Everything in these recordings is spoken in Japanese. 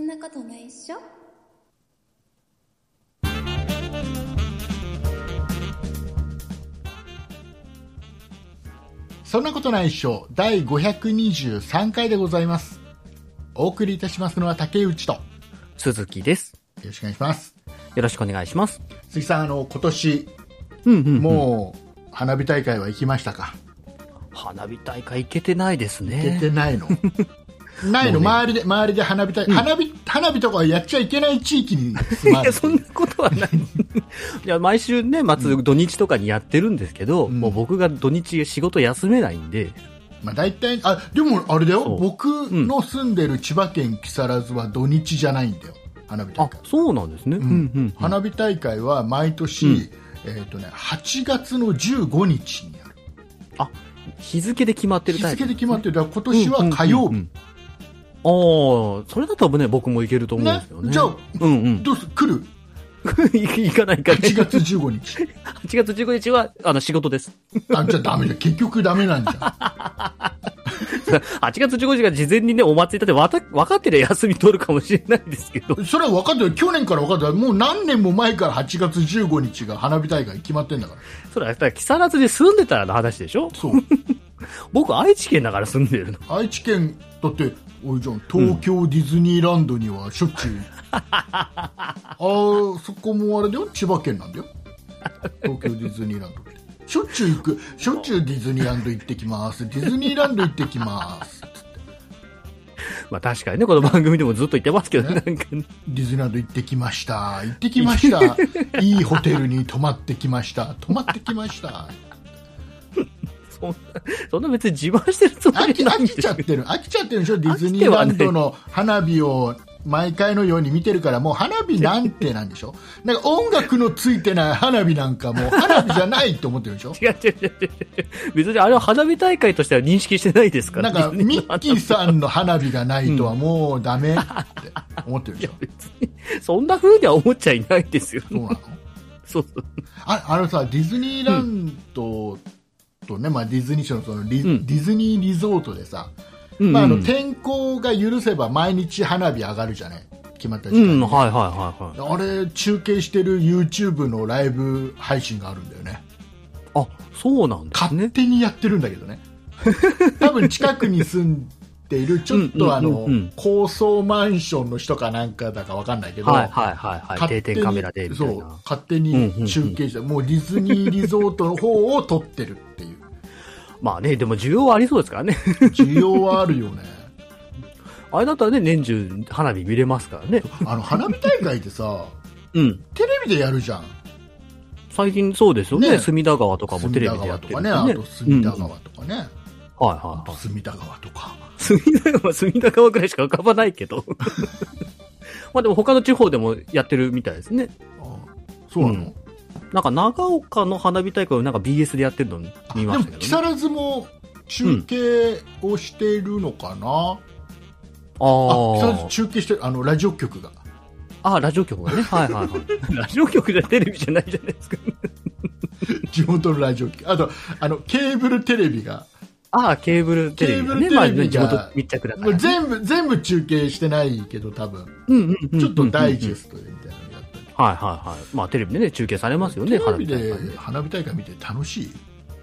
んなことないっしょ。 そんなことないっしょ。第523回でございます。お送りいたしますのは竹内と鈴木です。 よろしくお願いします。 よろしくお願いします。 鈴木さん、今年、もう花火大会は行きましたか？ 花火大会行けてないですね。 行けてないの？ないの、周りで花火大会、花火とかはやっちゃいけない地域に住まれてる。 いや、そんなことはない。いや、毎週ね、土日とかにやってるんですけど、もう僕が土日仕事休めないんで。 まあ大体、でもあれだよ、僕の住んでる千葉県木更津は土日じゃないんだよ、花火大会。 そうなんですね。 花火大会は毎年、8月の15日にある。 日付で決まってるタイプ。 日付で決まってる。だから今年は火曜日。 それだとね、僕も行けると思うんですよね。 じゃあ、どうする？来る？ 行かないかね。 8月15日。 8月15日は、仕事です。 じゃあダメだ。結局ダメなんじゃん。 8月15日が事前にね、お祭りだって分かってりゃ休み取るかもしれないですけど。 それは分かってる。去年から分かってる。もう何年も前から8月15日が花火大会決まってんだから。 それは、木更津で住んでたらの話でしょ？ そう。僕、 愛知県だから住んでるの。 愛知県、だって、おいじゃん、東京ディズニーランドにはしょっちゅう。そこもあれだよ、千葉県なんだよ。東京ディズニーランドって。しょっちゅう行く。しょっちゅうディズニーランド行ってきます。ディズニーランド行ってきます。 まあ確かにね、この番組でもずっと言ってますけどね、なんかね。 ディズニーランド行ってきました。行ってきました。いいホテルに泊まってきました。泊まってきました。 そんな別に自慢してるつもりないんで飽きちゃってるでしょ。ディズニーランドの花火を毎回のように見てるから、もう花火なんてなんでしょ。なんか音楽のついてない花火なんかもう花火じゃないと思ってるでしょ。 違う別にあれは花火大会としては認識してないですから。 なんかミッキーさんの花火がないとはもうダメって思ってるでしょ。 別にそんな風には思っちゃいないですよ。 そうなの？ そうさ、ディズニーランドとね、まあ、ディズニーショーのそのディズニーリゾートでさ、天候が許せば毎日花火上がるじゃない、決まった時間に。あれ中継してる YouTube のライブ配信があるんだよね。 そうなんですね。 勝手にやってるんだけどね。多分近くに住んでいるちょっと高層マンションの人かなんかだかわかんないけど、 定点カメラでみたいな。 そう、勝手に中継して、もうディズニーリゾートの方を撮ってるっていう。 まあね、でも需要はありそうですからね。 需要はあるよね。 あれだったらね、年中花火見れますからね。 花火大会ってさ、テレビでやるじゃん。 最近そうですよね。隅田川とかもテレビでやってるね。 あと隅田川とかね。隅田川とか。 隅田川くらいしか浮かばないけど。まあでも他の地方でもやってるみたいですね。 そうなの？ なんか長岡の花火大会をなんか BS でやってるの見ましたけどね。でも木更津も中継をしているのかな？木更津中継してる、ラジオ局が。 ラジオ局がね。ラジオ局じゃテレビじゃないじゃないですか。 地元のラジオ局。あと、ケーブルテレビが。 ケーブルテレビがね。まあ、地元密着だから、ね。 全部中継してないけど、多分。ちょっとダイジェストでみたいなのやったり。 まあ、テレビでね、中継されますよね、 テレビで花火大会見て楽しい？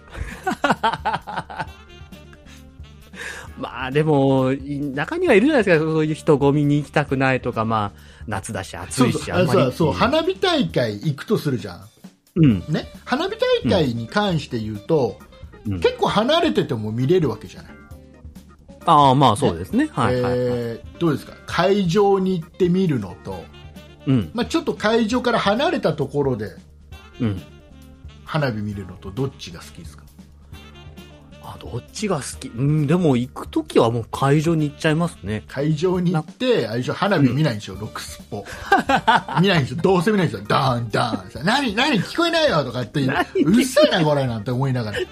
まあ、でも、中にはいるじゃないですか、そういう人混みに行きたくないとか、まあ、夏だし暑いし、あんまり。 そう、花火大会行くとするじゃん。ね。花火大会に関して言うと、結構離れてても見れるわけじゃない。 まあそうですね。 どうですか？会場に行って見るのと、まあちょっと会場から離れたところで、花火見るのとどっちが好きですか？ どっちが好き？でも行くときはもう会場に行っちゃいますね。 会場に行って、花火見ないんですよ、ロクスポ。見ないんですよ、どうせ見ないんですよ、ダーン、ダーン。何聞こえないよとかって、うるせえなこれなんて思いながら。違う。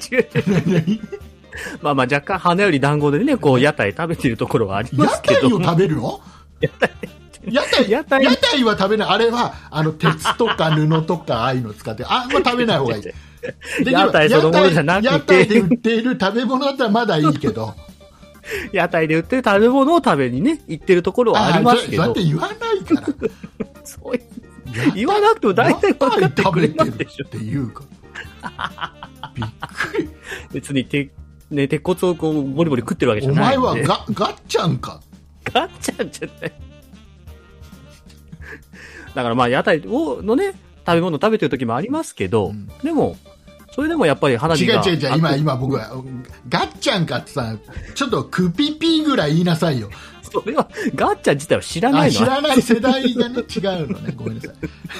まあ若干花より団子でね、こう屋台食べてるところはありますけど。 屋台を食べるの？屋台は食べない。あれは、鉄とか布とかああいうの使って、あんま食べない方がいい。 屋台そのものじゃなくて。 屋台で売っている食べ物だったらまだいいけど。 屋台で売ってる食べ物を食べにね、行ってるところはありますけど。 そうやって言わないから。 そう言わなくても大体分かってくれますでしょ。 っていうか。びっくり。 別に鉄骨をこう、ボリボリ食ってるわけじゃないんで。 お前はガッチャンか。 ガッチャンじゃない。だからまあ屋台のね、食べ物食べてる時もありますけど、でも、それでもやっぱり花火が。 違う。今僕は、ガッチャンかってさ、ちょっとクピピぐらい言いなさいよ。 それは、ガッチャン自体は知らないの。 知らない世代がね、違うのね。ごめんなさい。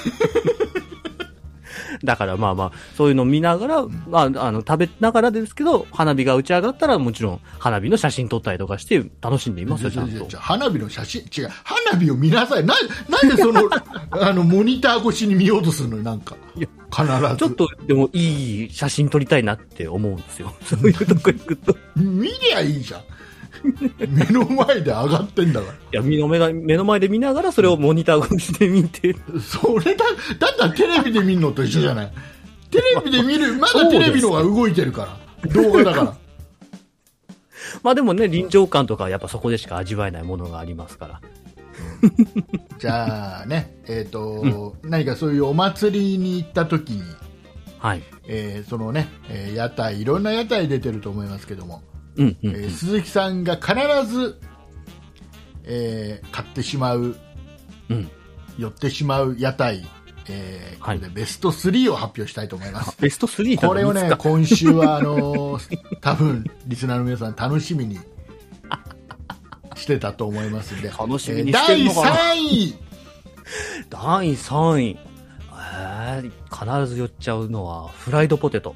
だからまあまあ、そういうのを見ながら、食べながらですけど、花火が打ち上がったらもちろん、花火の写真撮ったりとかして楽しんでいますよ、ちゃんと。 花火の写真、違う、花火を見なさい。なんでその、モニター越しに見ようとするのよ、なんか。必ず。 ちょっと、でもいい写真撮りたいなって思うんですよ。そういうとこ行くと。 見りゃいいじゃん。目の前で上がってんだから。 いや、目の前で見ながらそれをモニター越しで見て。 それだったらテレビで見るのと一緒じゃない。テレビで見る、まだテレビの方が動いてるから。動画だから。 まあでもね、臨場感とかはやっぱそこでしか味わえないものがありますから。 じゃあね、何かそういうお祭りに行った時に、 はい。 そのね、屋台、いろんな屋台出てると思いますけども、鈴木さんが必ず、買ってしまう、寄ってしまう屋台、これでベスト3を発表したいと思います。 ベスト 3 これをね、今週は多分リスナーの皆さん楽しみにしてたと思いますんで、 楽しみにしてるのかな。 第3位第3位、必ず寄っちゃうのはフライドポテト。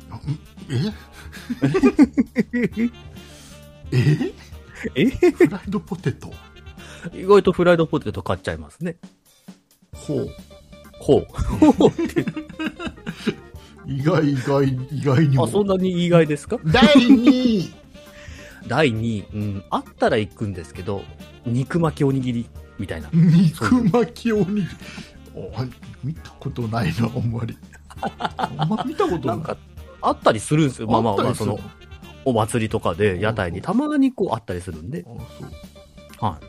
フライドポテト、 意外とフライドポテト買っちゃいますね。 ほう意外にも。 そんなに意外ですか。 第2位第2位、あったら行くんですけど、肉巻きおにぎりみたいな。 肉巻きおにぎり、見たことないな、あんまり。見たことない。 なんかあったりするんですよ。まあそのお祭りとかで屋台にたまにこうあったりするんで。そう。はい。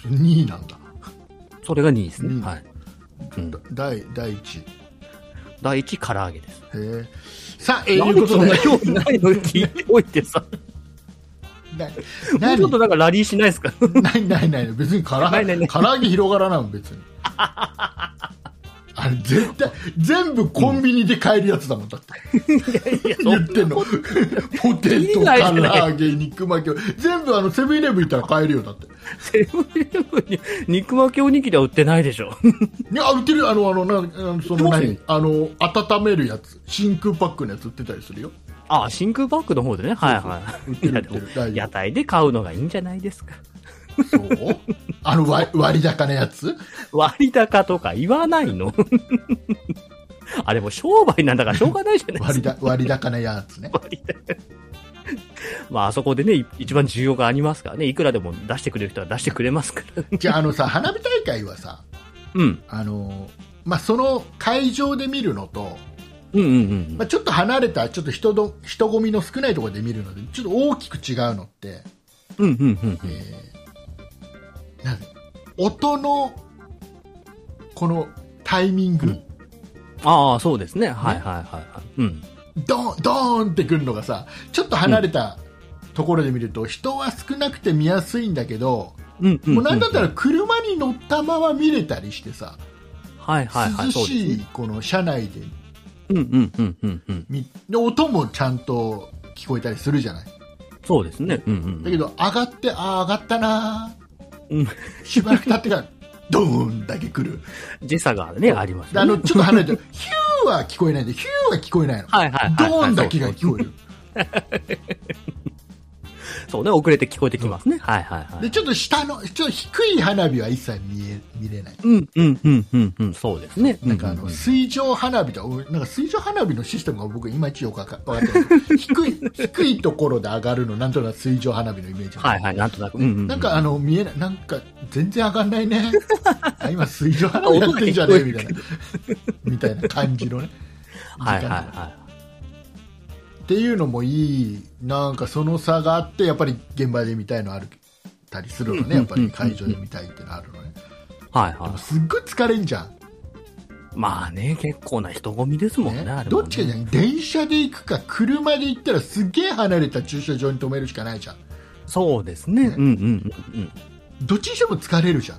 2位なんだ。 それが2位ですね。はい。 第1位。 第1位唐揚げです。 へえ。さあ、いうことで。 興味ないの聞いておいてさ。もうちょっとなんかラリーしないですか。 ない。別に唐揚げ広がらないもん、別に。あれ絶対全部コンビニで買えるやつだもん、だって。言ってんの。ポテト、唐揚げ、肉巻き、全部セブンイレブン行ったら買えるよ、だって。 セブンイレブンに肉巻きおにぎりは売ってないでしょ。 いや、売ってる。その何、温めるやつ、真空パックのやつ売ってたりするよ。 真空パックの方でね。はいはい。売ってる。屋台で買うのがいいんじゃないですか。 そう割高なやつ、 割高とか言わないの。あれも商売なんだからしょうがないじゃないですか。 割高なやつね。 まあ、あそこでね、一番需要がありますからね。いくらでも出してくれる人は出してくれますから。 じゃあさ、花火大会はさ、その会場で見るのと、ちょっと離れた、ちょっと人混みの少ないところで見るので、ちょっと大きく違うのって、音のこのタイミング、 そうですね。はい。 ドーンってくるのがさ、ちょっと離れたところで見ると人は少なくて見やすいんだけど、もうなんだったら車に乗ったまま見れたりしてさ、涼しいこの車内で、音もちゃんと聞こえたりするじゃない。 そうですね。 だけど上がったな、しばらく経ってからドーンだけ来る時差がね、ありますね。 ちょっと離れてヒューは聞こえないで、ヒューは聞こえないの。ドーンだけが聞こえる。 そうね、遅れて聞こえてきますね。 で、ちょっと低い花火は一切見れない。 そうですね。 なんか水上花火と、なんか水上花火のシステムが僕いまいちよく分かってない。低いところで上がるの、なんとなく水上花火のイメージ。 なんとなく。 なんか見えない、なんか全然上がんないね。今水上花火やってんじゃねえみたいな感じのね。 っていうのもいい、なんかその差があってやっぱり現場で見たいのあるたりするのね、やっぱり会場で見たいってのあるのね。 はいはい。 でもすっごい疲れんじゃん。 まあね、結構な人混みですもんね、あれもね。 どっちかじゃん、電車で行くか車で行ったらすっげえ離れた駐車場に止めるしかないじゃん。 そうですね。うんうんうんうん。 どっちにしても疲れるじゃん。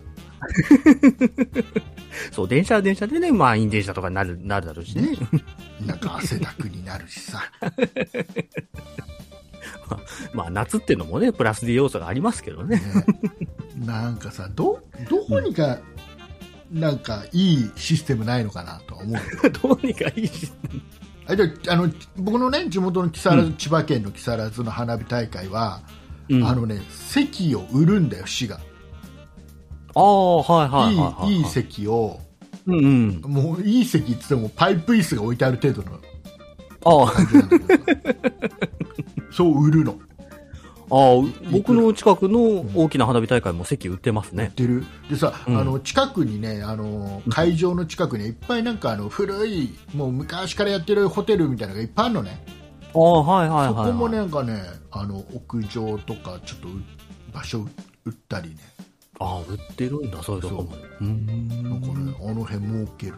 そう、電車は電車でね、満員電車とかになるだろうしね。 なんか汗だくになるしさ。 まあ夏っていうのもね、プラスで要素がありますけどね。 なんかさ、どこにか、なんかいいシステムないのかなとは思う。 どうにかいいシステム。 僕のね、地元の木更津、千葉県の木更津の花火大会は、席を売るんだよ、市が。 ああ、はいはいはい、 いい席を、 うんうん、 もういい席って言ってもパイプ椅子が置いてある程度の感じなんだけどそう売るの。 僕の近くの大きな花火大会も席売ってますね。 売ってる。でさ、近くにね、会場の近くにいっぱいなんか古い、もう昔からやってるホテルみたいなのがいっぱいあるのね。 はいはいはい、 そこもなんかね、屋上とかちょっと場所売ったりね。 売ってるんだ、そういうとこも。 なんかね、あの辺儲ける。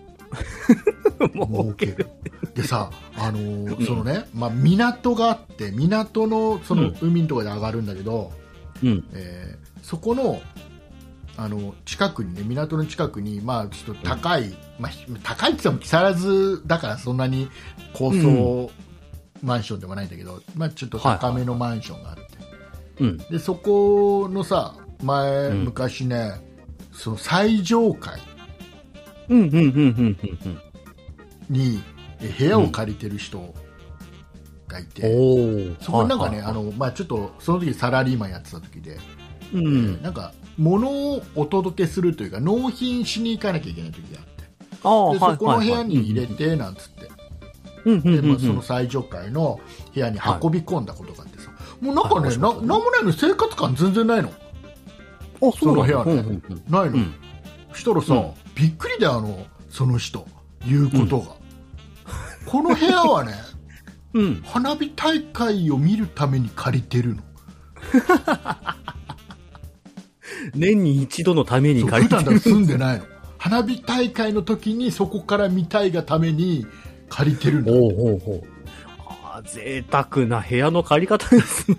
儲ける。でさ、そのね、まあ、港があって、港のその海のところで上がるんだけど、そこの、近くにね、港の近くに、まあ、ちょっと高い、まあ、高いって言っても木更津だからそんなに高層マンションでもないんだけど、まあ、ちょっと高めのマンションがあって、でそこのさ、昔ね、その最上階に部屋を借りてる人がいて、そこになんかね、まあ、ちょっとその時サラリーマンやってた時で、なんか物をお届けするというか納品しに行かなきゃいけない時があって、でそこの部屋に入れてなんつって、でまあ、その最上階の部屋に運び込んだことがあってさ、もうなんかね、なんもないの、生活感全然ないの。その部屋ね、ないの。したらさ、びっくりだよ、その人言うことが、この部屋はね、花火大会を見るために借りてるの。 年に一度のために借りてる。 普段だから住んでないの。花火大会の時にそこから見たいがために借りてるの。 贅沢な部屋の借り方ですね。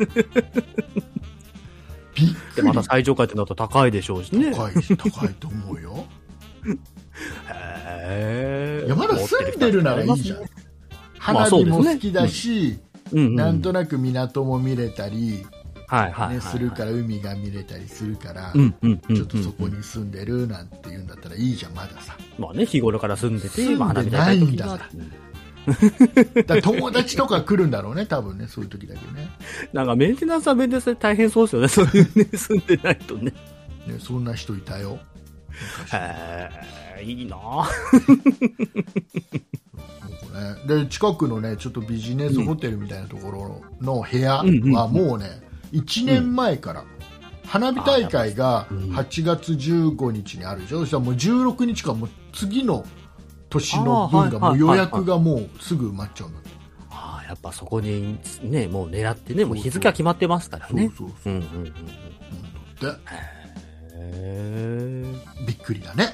びっくり。 でまた最上階ってなると高いでしょうしね。 高いと思うよ。いや、まだ住んでるならいいじゃん。花火も好きだし、なんとなく港も見れたりするから、海が見れたりするから、ちょっとそこに住んでるなんて言うんだったらいいじゃん、まださ。 まあね、日頃から住んでて、 住んでないんだから。だから友達とか来るんだろうね、多分ね、そういう時だけね。 なんかメンテナンスはメンテナンスで大変そうですよね、そういうね、住んでないとね。 そんな人いたよ。 いいなぁ。 で近くのね、ちょっとビジネスホテルみたいなところの部屋はもうね、1年前から、花火大会が8月15日にあるでしょ。そしたらもう16日間、もう次の年の分がもう予約がもうすぐ埋まっちゃうんだって。 やっぱそこにね、もう狙ってね、もう日付は決まってますからね。 びっくりだね。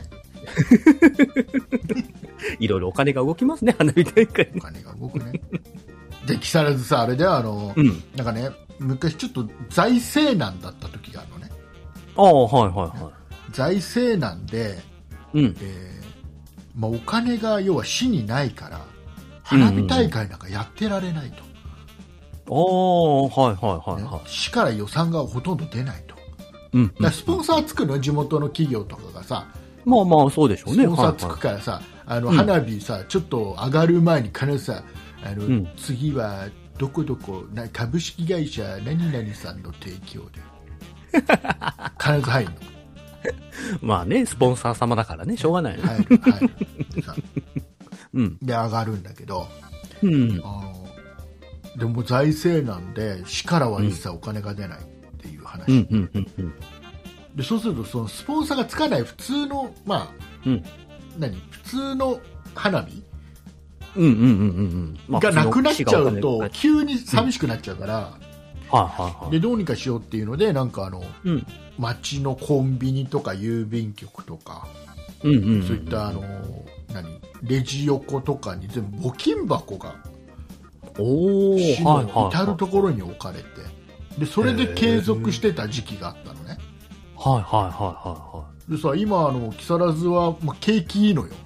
いろいろお金が動きますね、花火大会。 お金が動くね。で、木更津さ、あれではなんかね、昔ちょっと財政難だった時があるのね。財政難で、まあ、お金が要は市にないから花火大会なんかやってられないと。市から予算がほとんど出ないと。だスポンサーつくの、地元の企業とかがさ、 まあまあそうでしょうね。 スポンサーつくからさ、花火さ、ちょっと上がる前に必ずさ、次はどこどこ株式会社何々さんの提供で必ず入るの。 まあね、スポンサー様だからね、しょうがないね。 入るで上がるんだけど、でも財政難で市からは一切お金が出ないっていう話。でそうするとそのスポンサーがつかない普通の、まあ普通の花火がなくなっちゃうと急に寂しくなっちゃうから、でどうにかしようっていうのでなんか街のコンビニとか郵便局とか、そういったレジ横とかに全部募金箱が市の至る所に置かれて、でそれで継続してた時期があったのね。でさ、今木更津は、景気いいのよ。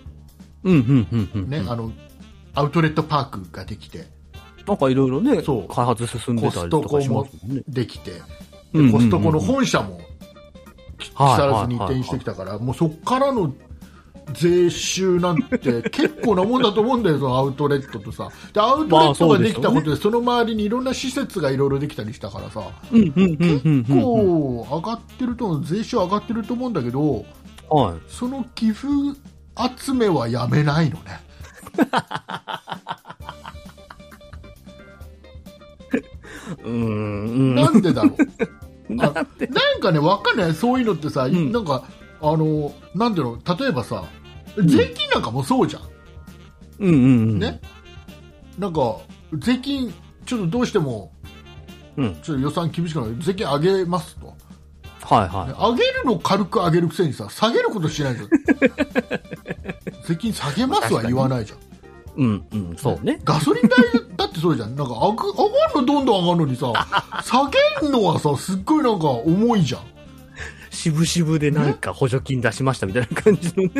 ね、アウトレットパークができて、 なんかいろいろね、開発進んでたりとかしますもんね。 できて、でコストコの本社も木更津に移転してきたから、もうそっからの税収なんて結構なもんだと思うんだよ、そのアウトレットとさ。でアウトレットができたことで、その周りにいろんな施設がいろいろできたりしたからさ、結構上がってると思う、税収上がってると思うんだけど、その寄付集めはやめないのね。なんでだろう。なんかね、わかんない。そういうのってさ、なんかなんだろう、例えばさ、税金なんかもそうじゃん。ね。なんか税金ちょっとどうしても、ちょっと予算厳しくなる、税金上げますと。上げるの軽く上げるくせにさ、下げることしないじゃん。税金下げますは言わないじゃん。 そうね。 ガソリン代だってそうじゃん。なんか上がるのどんどん上がるのにさ、下げるのはさ、すっごいなんか重いじゃん。 渋々でなんか補助金出しましたみたいな感じのね。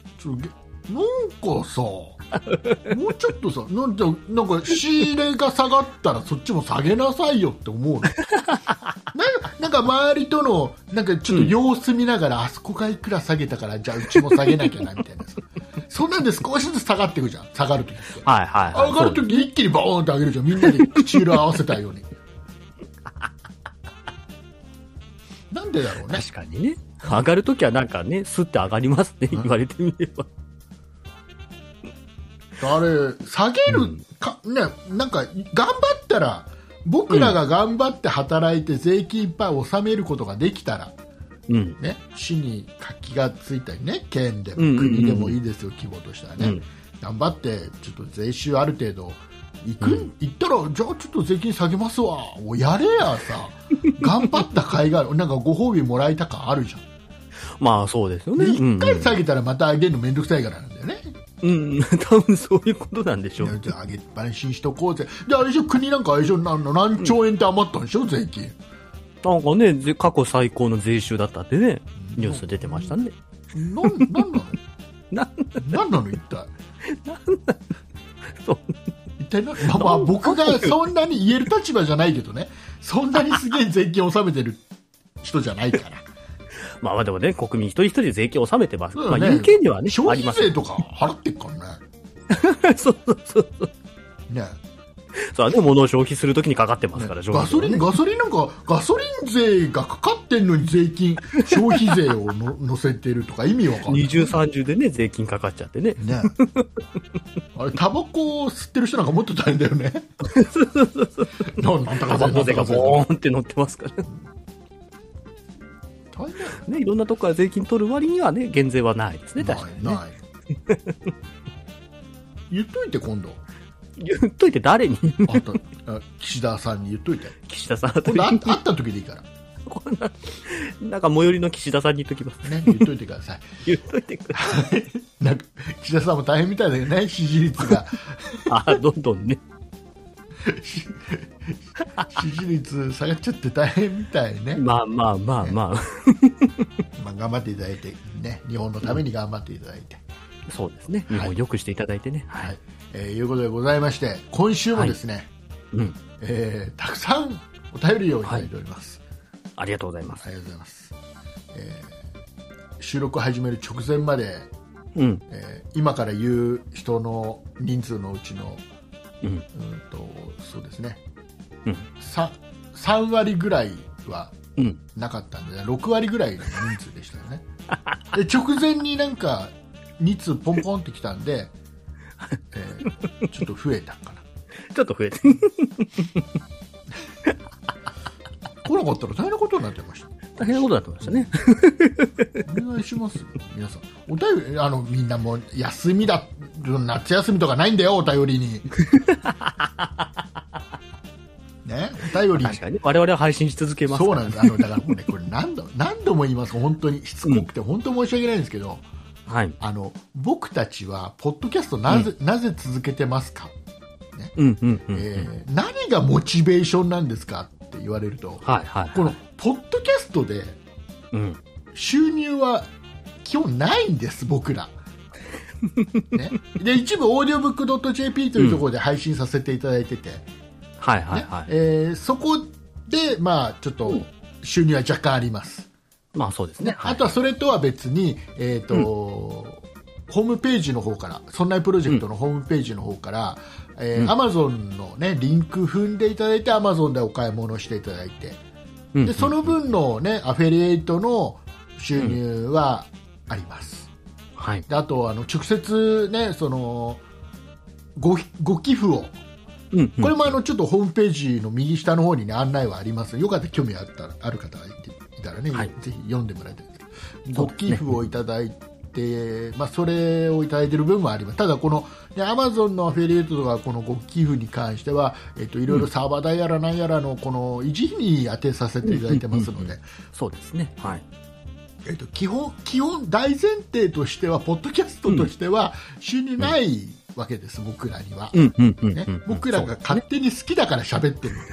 なんかさ、もうちょっとさ、なんか仕入れが下がったらそっちも下げなさいよって思うの。なんか周りとのなんかちょっと様子見ながら、あそこがいくら下げたからじゃあうちも下げなきゃなみたいな。そんなんで少しずつ下がっていくじゃん。下がるときって。上がるとき一気にバーンって上げるじゃん。みんなで口裏合わせたように。なんでだろうね。 確かにね。上がるときはなんかね、スッて上がりますね。言われてみれば。 あれ、下げるか、ね、なんか頑張ったら、僕らが頑張って働いて税金いっぱい納めることができたら、ね、市に活気がついたりね、県でも国でもいいですよ、規模としたらね、頑張ってちょっと税収ある程度行ったら、じゃあちょっと税金下げますわ、もうやれやさ、頑張った甲斐がある、なんかご褒美もらいた感あるじゃん。 まあそうですよね。 一回下げたらまた上げるのめんどくさいからなんだよね。 多分そういうことなんでしょう。 じゃあ上げっぱなしにしとこうぜ。で、あれでしょ、国なんかあれでしょ、何兆円って余ったんでしょ、税金。 なんかね、過去最高の税収だったってね、ニュース出てましたね。 なんなのなんなの一体。一体まあ僕がそんなに言える立場じゃないけどね、そんなにすげえ税金を納めてる人じゃないから。 まあでもね、国民一人一人税金を納めてます。まあ有権利はね、 消費税とか払ってっからね。 そう。 ね。 そうね、物を消費するときにかかってますから、 ガソリンなんか、ガソリン税がかかってんのに税金、消費税を乗せてるとか意味わかんない。 二重三重でね、税金かかっちゃってね。 あれ、タバコを吸ってる人なんかもっと大変だよね。 タバコ税がボーンって乗ってますから。ね、いろんなとこから税金取る割にはね、減税はないですね、確かにね。 言っといて、今度。 言っといて誰に岸田さんに言っといて。 岸田さん今度会った時でいいから。 なんか最寄りの岸田さんに言っときますね。言っといてください。 言っといてください。 なんか岸田さんも大変みたいだよね、支持率が。 どんどんね。 支持率下がっちゃって大変みたいね。 まあ。頑張っていただいてね、日本のために頑張っていただいて。 そうですね。日本を良くしていただいてね。 はい。いうことでございまして、今週もですね、たくさんお便りをいただいております。 ありがとうございます。 ありがとうございます。収録を始める直前まで、今から言う人の人数のうちの、そうですね、3割ぐらいはなかったんで、6割ぐらいの人数でしたよね。で直前になんか2通ポンポンってきたんで、ちょっと増えたかな。 ちょっと増えて来なかったら大変なことになってました。 大変なことになってましたね。 お願いします皆さん。お便りみんなもう休みだ夏休みとかないんだよ、お便りに。ね、お便り。 確かに我々は配信し続けますから、ね。 そうなんです。だからもうね、これ何度も言いますか、本当にしつこくて、本当申し訳ないんですけど、 はい。 僕たちはポッドキャストなぜ続けてますか、ね、何がモチベーションなんですかって言われると、 はいはいはい、 このポッドキャストで収入は基本ないんです、僕ら。ね、で一部オーディオブックドット JP というところで配信させていただいてて、 はいはいはい、 そこで、まあ、ちょっと収入は若干あります。 まあそうですね。 あとはそれとは別に、ホームページの方から、そんなプロジェクトのホームページの方から、Amazon の、ね、リンク踏んでいただいて Amazon でお買い物していただいて、でその分の、ね、アフィリエイトの収入はあります。はい、であと直接、ね、その ご寄付を、これもちょっとホームページの右下の方に、ね、案内はあります。よかったら興味ある方がいたらね、はい、ぜひ読んでもらいたいんですけど、ご寄付をいただいて、まあ、それをいただいている分もあります。ただこの、ね、Amazon のアフィリエイトとかこのご寄付に関しては、いろいろサーバー代やらなんやらのこの維持費に当てさせていただいてますので、 そうですね、はい、 基本大前提としてはポッドキャストとしては収入ないわけです、僕らには、ね、僕らが勝手に好きだから喋ってるんです。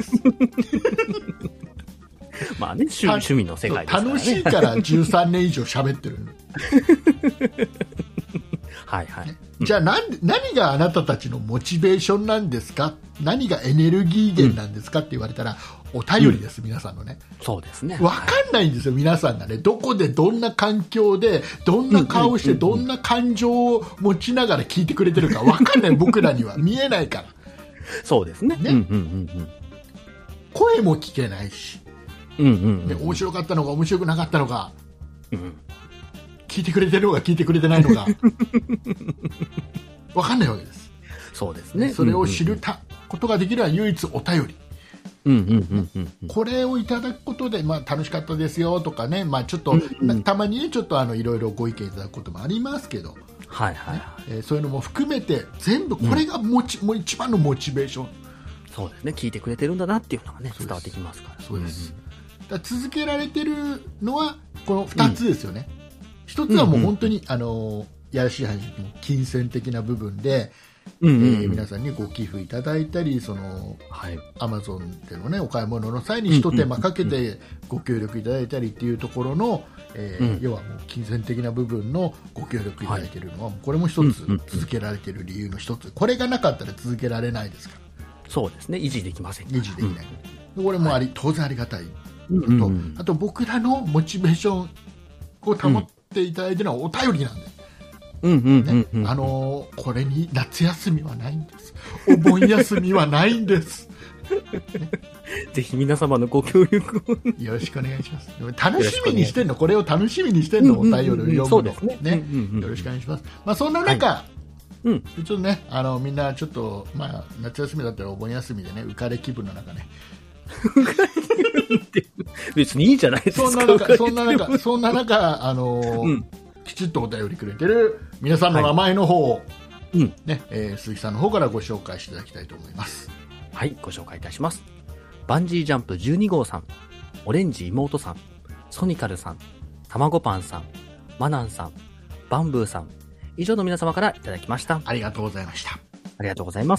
まあね、趣味の世界ですからね。 楽しいから13年以上喋ってる。 はいはい。 じゃあ何があなたたちのモチベーションなんですか、何がエネルギー源なんですかって言われたら、お便りです、皆さんのね。 そうですね。 分かんないんですよ、皆さんがね。どこでどんな環境でどんな顔してどんな感情を持ちながら聞いてくれてるか分かんない。僕らには見えないから。 そうですね。 声も聞けないし、面白かったのか面白くなかったのか、聞いてくれてるのか聞いてくれてないのか分かんないわけです。 そうですね。 それを知ることができるのは唯一お便り。これをいただくことで、まあ、楽しかったですよとかね、まあ、ちょっと、たまに、ね、ちょっといろいろご意見いただくこともありますけど、 はいはいはい、 そういうのも含めて全部これがもう一番のモチベーション。 そうですね、聞いてくれてるんだなっていうのが、ね、伝わってきますから。 そうです。だから続けられてるのはこの2つですよね。1つはもう本当に、やらしい話、金銭的な部分で、皆さんにご寄付いただいたり、その、Amazon での、ね、お買い物の際に一手間かけてご協力いただいたりっていうところの、要はもう金銭的な部分のご協力いただいているのは、これも一つ続けられている理由の一つ。これがなかったら続けられないですから。 そうですね、維持できません。 維持できない。これも当然ありがたい。あと僕らのモチベーションを保っていただいているのはお便りなんで。これに夏休みはないんです。お盆休みはないんです。 ぜひ皆様のご協力をよろしくお願いします。楽しみにしてんの、これを楽しみにしてんの、お便りを読むのね。よろしくお願いします。まあそんな中、ちょっとね、みんなちょっと、まあ夏休みだったらお盆休みでね、浮かれ気分の中ね。 別にいいじゃないですか。 そんな中きちっとお便りくれてる皆さんの名前の方を、鈴木さんの方からご紹介していただきたいと思います。 はい、ご紹介いたします。バンジージャンプ12号さん、オレンジ妹さん、ソニカルさん、たまごパンさん、マナンさん、バンブーさん、以上の皆様からいただきました。 ありがとうございました。 ありがとうございます。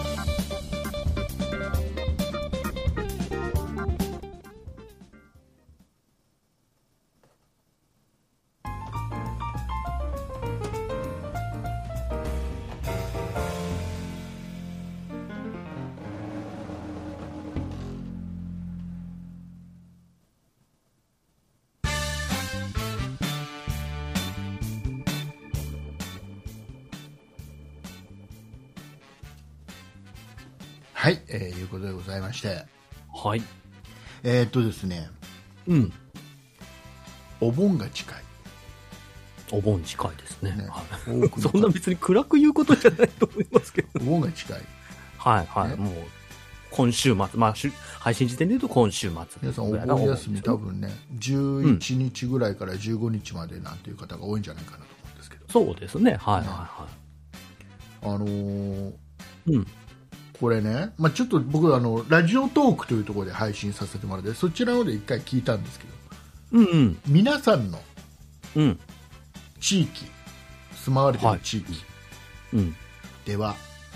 はい、いうことでございまして、 はい。 ですね、お盆が近い。 お盆近いですね。そんな別に暗く言うことじゃないと思いますけど。 お盆が近い。 はいはい、もう今週末、まあ配信時点で言うと今週末。 皆さんお盆休み多分ね、11日ぐらいから15日までなんていう方が多いんじゃないかなと思うんですけど。 そうですね。はいはいはい。 これね、ちょっと僕ラジオトークというところで配信させてもらって、そちらので一回聞いたんですけど、皆さんの地域、住まわれている地域では、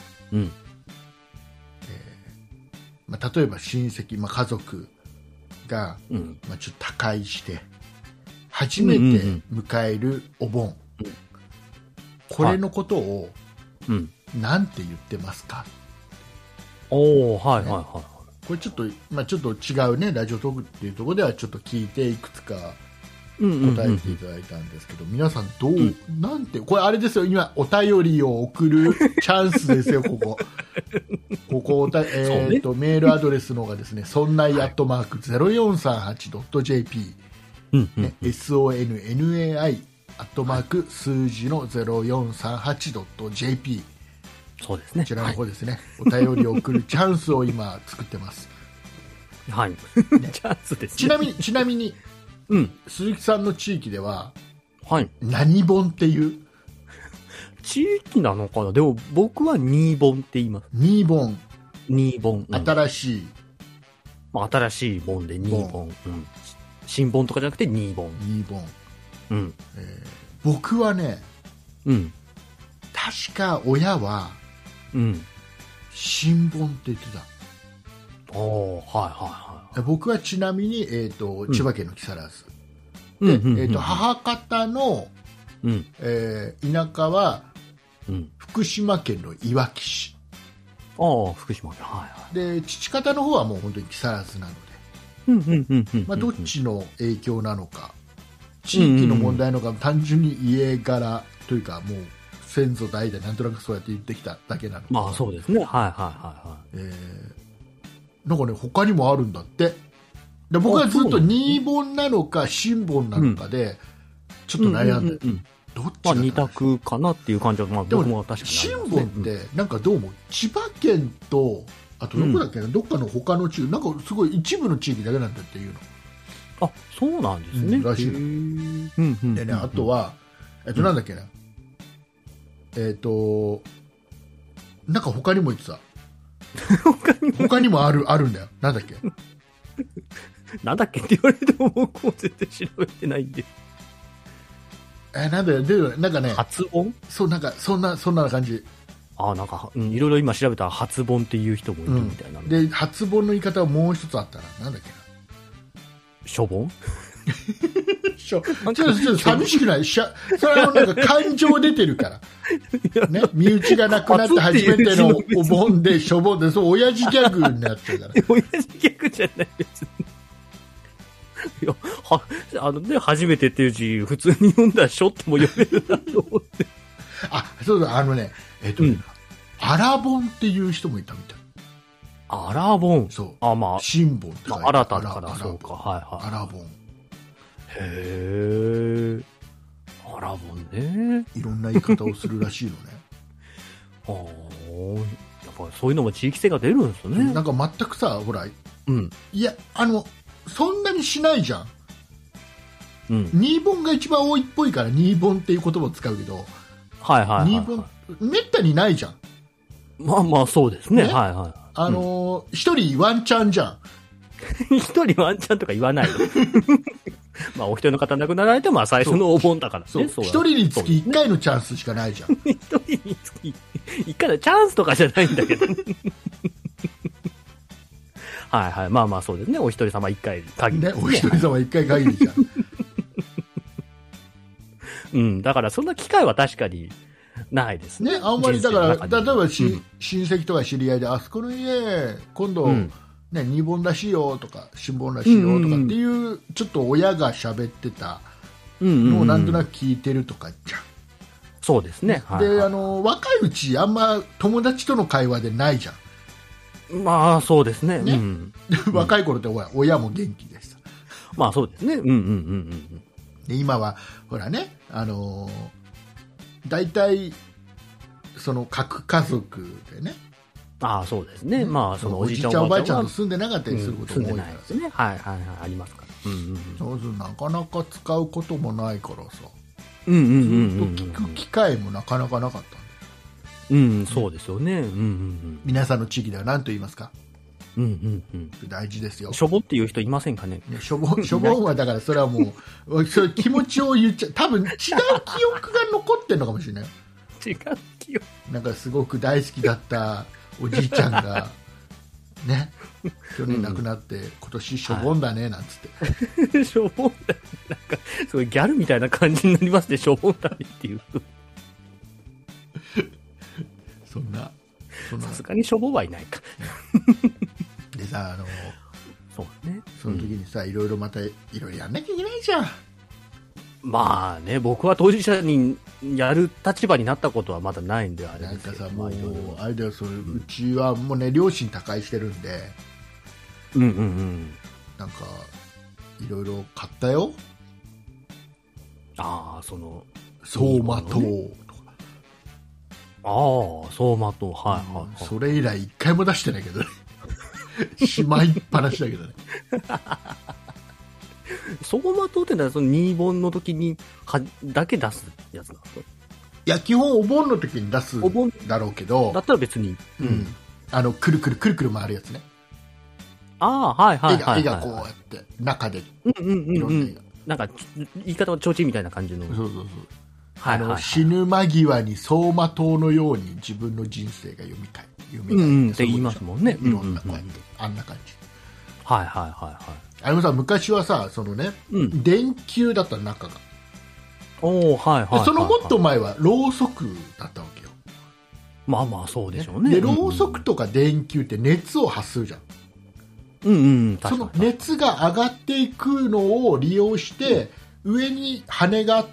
例えば親戚、家族が、ちょっと他界して初めて迎えるお盆、これのことをなんて言ってますか。これちょっと、ちょっと違うね、ラジオトークっていうところではちょっと聞いていくつか答えていただいたんですけど、皆さんどう、なんて、これあれですよ、今お便りを送るチャンスですよ、ここメールアドレスの方がですね、そんない@0438.jp、sonnai 数字の 0438.jp、 そうですね。 こちらの方ですね、お便りを送るチャンスを今作ってます。 はい。チャンスですね。 ちなみに、鈴木さんの地域では、何盆っていう地域なのかな。でも僕はニーボンって言います。 ニーボン。新しい。 新しい盆でニーボン。新盆とかじゃなくてニーボン。 僕はね、確か親は、新盆って言ってた。僕はちなみに、千葉県の木更津で、母方の、田舎は、福島県のいわき市。 福島県。 で、父方の方はもう本当に木更津なので、どっちの影響なのか、地域の問題なのか、単純に家柄というか、もう先祖代々なんとなくそうやって言ってきただけなのか。 そうですね。 なんかね、他にもあるんだって。で、僕はずっと新盆なのか新盆なのかで、ちょっと悩んで、どっちかな。 二択かなっていう感じは、僕も確かに。 新盆って、なんかどうも、千葉県と、あとどこだっけな、どっかの他の地域、なんかすごい一部の地域だけなんだっていうの。 そうなんですね。 らしいの。でね、あとは、なんだっけな。なんか他にも言ってた。他にもあるんだよ。なんだっけなんだっけって言われても僕も絶対調べてないんで。 なんだよ、なんかね。 発音？ そう、なんか、そんな感じ。 なんか、いろいろ今調べたら発音っていう人もいるみたいな。 で、発音の言い方はもう一つあったら、なんだっけな。 しょぼん？ ちょっと寂しくない？それはなんか感情出てるから。ね、身内が亡くなって初めてのお盆でしょぼんで、そう、親父ギャグになってるから。 親父ギャグじゃないですね。いや、初めてっていう字、普通に読んだらしょっても読めるなと思って。 そうだ、アラボンっていう人もいたみたい。 アラボン？ そう。新盆って書いてある。 新ただから、そうか。 アラボン。 へー。アラボンね。 いろんな言い方をするらしいのね。 やっぱりそういうのも地域性が出るんですよね。 なんか全くさ、ほら、いや、そんなにしないじゃん。ニーボンが一番多いっぽいから、ニーボンっていう言葉を使うけど、ニーボン、めったにないじゃん。 そうですね。 一人ワンチャンじゃん。 一人ワンチャンとか言わないよ。お一人の方亡くなられても最初のお盆だからね。 一人につき1回のチャンスしかないじゃん。 一人につき1回のチャンスとかじゃないんだけど。そうですね。お一人様1回限り、ね。 お一人様1回限りじゃん。 だからそんな機会は確かにないですね。 あんまりだから、例えば親戚とか知り合いで、あそこの家、今度、二盆らしいよとか、新盆らしいよとかっていう、ちょっと親が喋ってたのをなんとなく聞いてるとかじゃん。 そうですね。 で、若いうち、あんま友達との会話でないじゃん。 そうですね。 若い頃って親も元気でさ。 そうですね。 で今はほらね、大体その核家族でね。 そうですね。そのおじいちゃんおばあちゃんと住んでなかったりすることも多いからですね。ありますから。 そうするとなかなか使うこともないからさ。ずっと聞く機会もなかなかなかったんうん、そうですよね。うんうん皆さんの地域では何と言いますか？ うん。うんうんうん。 大事ですよ。 しょぼっていう人いませんかね？ ね、しょぼんはだからそれはもうそれ気持ちを言っちゃう、多分違う記憶が残ってるのかもしれない。 違う記憶。 なんかすごく大好きだったおじいちゃんがね、去年亡くなって、今年しょぼんだねなんつって、 しょぼんだね。なんか、すごいギャルみたいな感じになりますね、しょぼんだねっていう。 そんなさすがにしょぼはいないか。 でさ、 そうね。 その時にさ、いろいろまたいろいろやんなきゃいけないじゃん。 まあね、僕は当事者にやる立場になったことはまだないんであれなんですけど、 かさ、もう、 まああれだよ、うちはもうね、両親他界してるんで、 うんうんうん。 なんか、いろいろ買ったよ。 ああ、その、 走馬灯とか。 ああ、走馬灯、はいはい、はい。 それ以来一回も出してないけどね。しまいっぱなしだけどね。 走馬灯ってのはその2本の時にだけ出すやつなんですか？ いや、基本お盆の時に出すお盆だろうけど、 だったら別に。 うん。くるくるくるくる回るやつね。 ああ、はいはいはい、はい。 絵がこうやって、中で。 うんうんうんうん。 いろんな絵が。 なんか、言い方は提灯みたいな感じの。 そうそうそう。 はいはいはい、 死ぬ間際に走馬灯のように自分の人生が読みたい。 って言いますもんね。 いろんな、こうやって、あんな感じ。 はいはいはいはい。 あれもさ、昔はさ、そのね、電球だったの中が。 おー、はいはいはい、はい。 そのもっと前はろうそくだったわけよ。 まあまあそうでしょうね。 で、ろうそくとか電球って熱を発するじゃん。 うんうん、 その熱が上がっていくのを利用して、上に羽があって、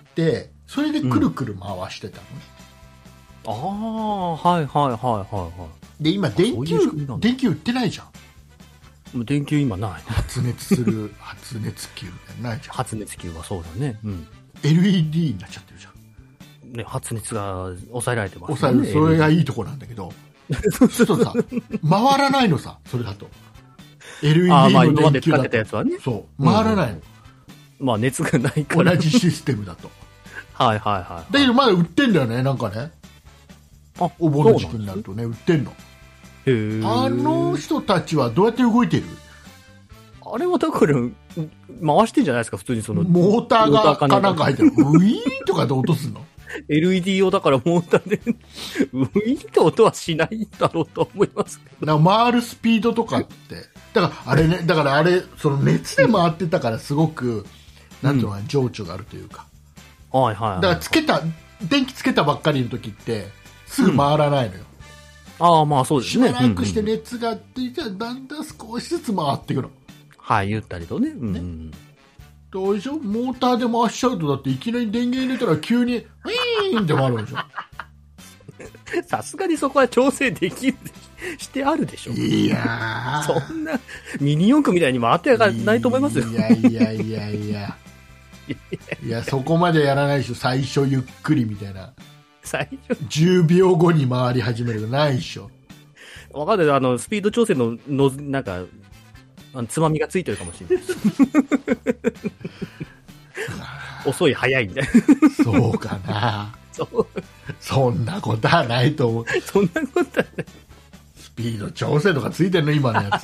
それでくるくる回してたのね。 ああ、はいはいはいはいで、今電球売ってないじゃん。 電球今ない。 発熱する発熱球みたいなないじゃん。 発熱球はそうだね。うん。 LED になっちゃってるじゃん。 ね、発熱が抑えられてますね。 それがいいとこなんだけど、そうするとさ、回らないのさ、それだと。LED の電球だと。そう、回らないの。 まあ熱がないから。 同じシステムだと。 はいはいはい。 だけどまだ売ってんだよね、なんかね。あ、お盆の時期になるとね、売ってんの。あの人たちはどうやって動いてる？ あれはだから回してんじゃないですか、普通にそのモーターがかなんか入ってる。ウィーンとかで音すんの？ LED 用だからモーターでウィーンって音はしないだろうと思いますけど。 回るスピードとかってだからあれその熱で回ってたからすごく、なんていうのかな、情緒があるというか。 はいはい、はい。 だから電気つけたばっかりの時ってすぐ回らないのよ。 ああ、まあそうですね。 しばらくして熱があっていて、だんだん少しずつ回っていくの。 はい、ゆったりとね。 ね、どうでしょう、モーターで回しちゃうと、だっていきなり電源入れたら急にウィーンって回るでしょ。 さすがにそこは調整できるしてあるでしょ。 いやー、そんなミニ四駆みたいに回ってないと思いますよ。 いやそこまでやらないでしょ。最初ゆっくりみたいな。 最初 10秒後に回り始めるのないでしょ。 わかんない。スピード調整のなんかつまみがついてるかもしれない。遅い早いみたいな。 そうかな。そんなことはないと思う。 そんなことはない。 スピード調整とかついてるの今のやつ。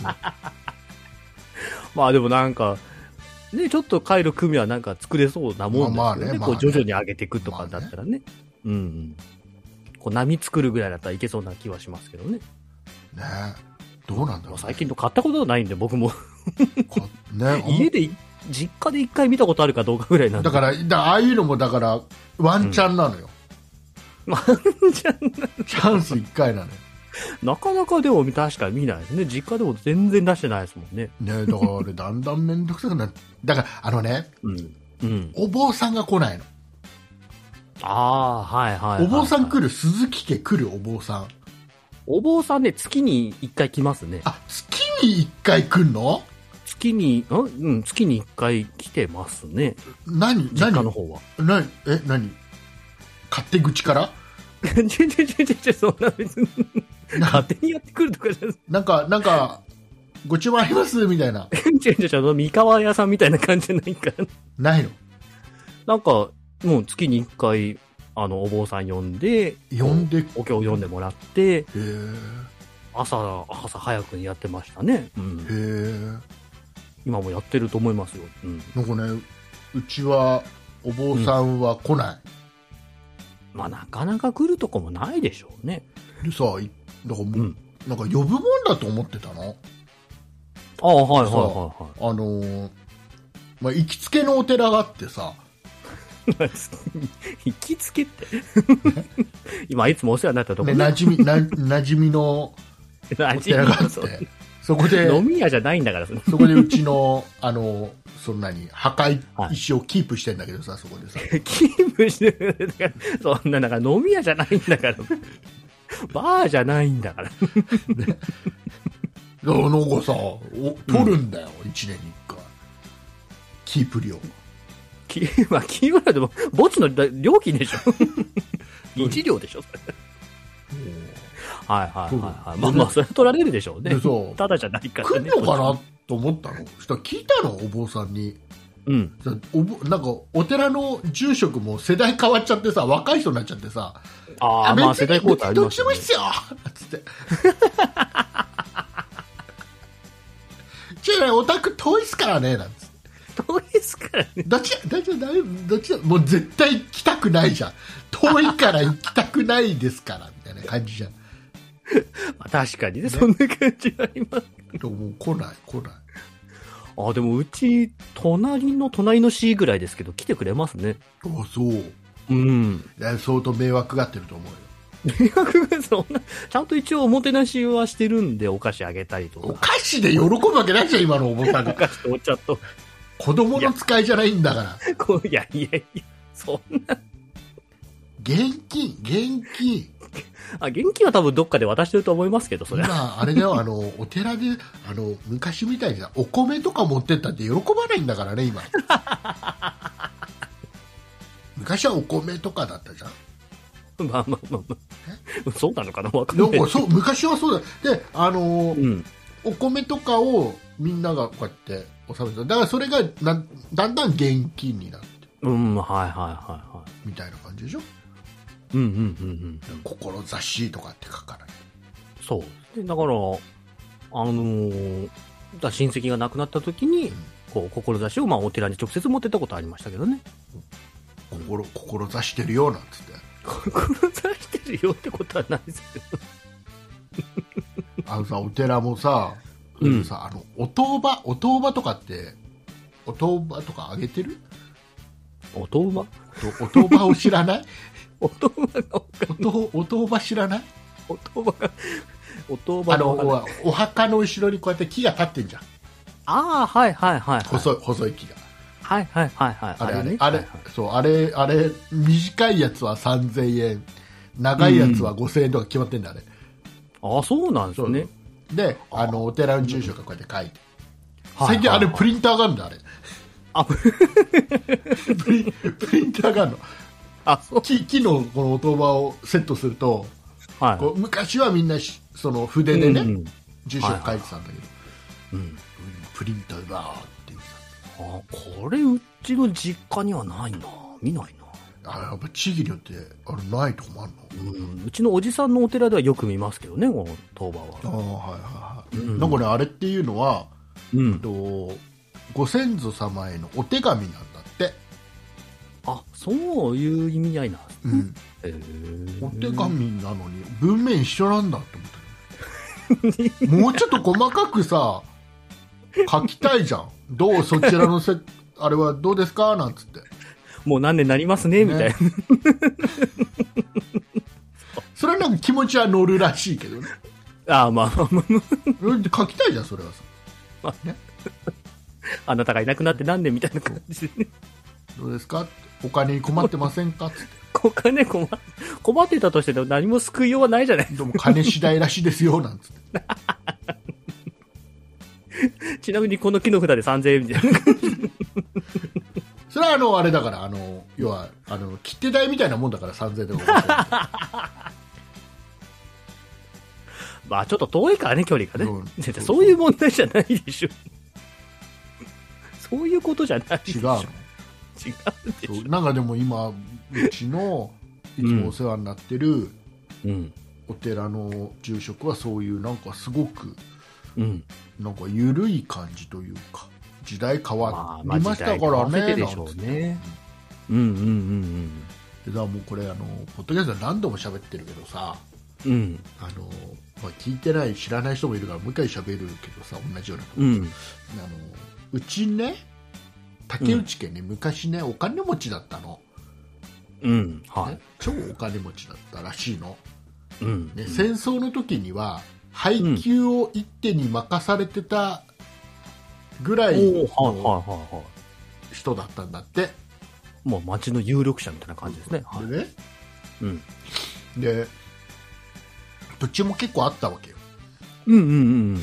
まあでもなんかね、ちょっと回路組みはなんか作れそうなもんですよね。こう徐々に上げていくとかだったらね。うんうん。こう波作るぐらいだったらいけそうな気はしますけどね。 ね、どうなんだろう、ね。 最近と買ったことないんで僕もね、 家で実家で一回見たことあるかどうかぐらいなんで。 だからああいうのもだからワンチャンなのよ。 ワンチャンなの。 チャンス1回なのよ。 なかなかでも確かに見ないですね。実家でも全然出してないですもんね。 ね、だからあれだんだん面倒くさくなって、だからお坊さんが来ないの。 ああ、はいはい。 お坊さん来る、鈴木家来るお坊さん。 お坊さんね、月に1回来ますね。 あ、月に1回来んの？ 月に1回来てますね。 実家の方は。 何勝手口からそんな別に勝手にやってくるとかじゃなんかご注文ありますみたいな。 三河屋さんみたいな感じじゃないから。 ないの？ なんかもう月に1回お坊さん呼んで、お経を読んでもらって、朝早くにやってましたね。うん、 へえ。 今もやってると思いますよ。うん、 なんかね、うちはお坊さんは来ない。 まあなかなか来るとこもないでしょうね。 でさ、だからもう、なんか呼ぶもんだと思ってたの。 ああ、はいはいはいはい。まあ、行きつけのお寺があってさ。 行きつけって今いつもお世話になったところ、 ね、なじみのお寺があって、そこで飲み屋じゃないんだからそこでうちのそんなに墓石をキープしてんだけどさ、そこでさキープしてるそんなだから飲み屋じゃないんだからバーじゃないんだからね、なんかさ取るんだよ、1年に1回キープ料。 まあ、キーワードでも墓地の料金でしょ1両でしょそれはいはいはいはい。まあまあ、それは取られるでしょうね。ただじゃないからね。 来るのかなと思ったの。そしたら聞いたの、お坊さんに。 うん。 なんか、お寺の住職も世代変わっちゃってさ、若い人になっちゃってさ。 ああ、まあ世代交代ありますよね。どっちでもいいっすよつって。違うね、オタク遠いっすからね、なんつって。 遠いっすからね。 どっちもう絶対来たくないじゃん。遠いから行きたくないですから、みたいな感じじゃん。 まあ、確かにね、そんな感じありますけど。もう来ない。 あ、でもうち、隣の市ぐらいですけど、来てくれますね。 あ、そう。 うん。 相当迷惑がってると思うよ。 迷惑がそんな、ちゃんと一応おもてなしはしてるんで、お菓子あげたりとか。 お菓子で喜ぶわけないじゃん、今のお坊さんが。 お菓子とお茶と。 子供の使いじゃないんだから。 いや、そんな。 現金。 現金は多分どっかで渡してると思いますけど、それ今、あれだよ、お寺で、昔みたいにさ、お米とか持ってったって喜ばないんだからね、今。昔はお米とかだったじゃん。 まあ。そうなのかな、わかんない。 昔はそうだ。で、お米とかをみんながこうやって納めてた。だからそれがだんだん現金になって。 はいはい。 みたいな感じでしょ。志とかって書かない。 そう。だから、親戚が亡くなった時に、志をお寺に直接持ってったことありましたけどね。 志してるよなんつって。 志してるよってことはないですけど。 さ、お寺もさ、お当場とかって、お当場とかあげてる？ お当場を知らない？ お当場知らない？ お当場お墓の後ろにこうやって木が立ってんじゃん。 ああ、はい。 細い木が。 はい。 あれ、短いやつは3000円、長いやつは5000円とか決まってんだ、あれ。 ああ、そうなんですね。 で、お寺の住所がこうやって書いて。最近あれプリンターがあるんだ、あれ。プリンターがあるの。木のこのお当場をセットすると、昔はみんなその筆でね、住所を書いてたんだけど、プリンターだっていうさ。 これうちの実家にはないな、見ないな。 やっぱ地域によってないとこもあるの。 うちのおじさんのお寺ではよく見ますけどね、この当場は。なんかね、あれっていうのは、ご先祖様へのお手紙なんだって。 そういう意味合いなんですね。 お手紙なのに文面一緒なんだって思ったもうちょっと細かくさ書きたいじゃん。そちらのあれはどうですかなんつって、 もう何年になりますねみたいな。 それはなんか気持ちは乗るらしいけどね。 まあ書きたいじゃん、それはさ、ね、 あなたがいなくなって何年みたいな感じでね。 どうですか、お金に困ってませんかつって。 お金困ってたとしても何も救いようはないじゃない。 でも金次第らしいですよなんつってちなみにこの木の札で3000円みたいなそれはあれだから、要は切手代みたいなもんだから3000円でもまあちょっと遠いからね、距離がね。そういう問題じゃないでしょ。そういうことじゃないでしょ。 違うでしょ。なんかでも今うちのいつもお世話になってるうん。 お寺の住職はそういうなんかすごくうん。 なんか緩い感じというか時代変わまあ、 りましたからね、 時代変わってでしょうね。うんうんうんでだからもうこれポッドキャストで何度も喋ってるけどさ、 うん。うん。 まあ、聞いてない知らない人もいるからもう一回喋るけどさ、同じようなこと、 うん。 うちね竹内家ね、昔ねお金持ちだったの、 うん。はね、超お金持ちだったらしいの、 い。うん。 ね、戦争の時には配給を一手に任されてたぐらいおーはいのはいはいはい。 人だったんだって。 もう街の有力者みたいな感じですね。はい。 でね、 うん。 で土地も結構あったわけよ。 うんうんうん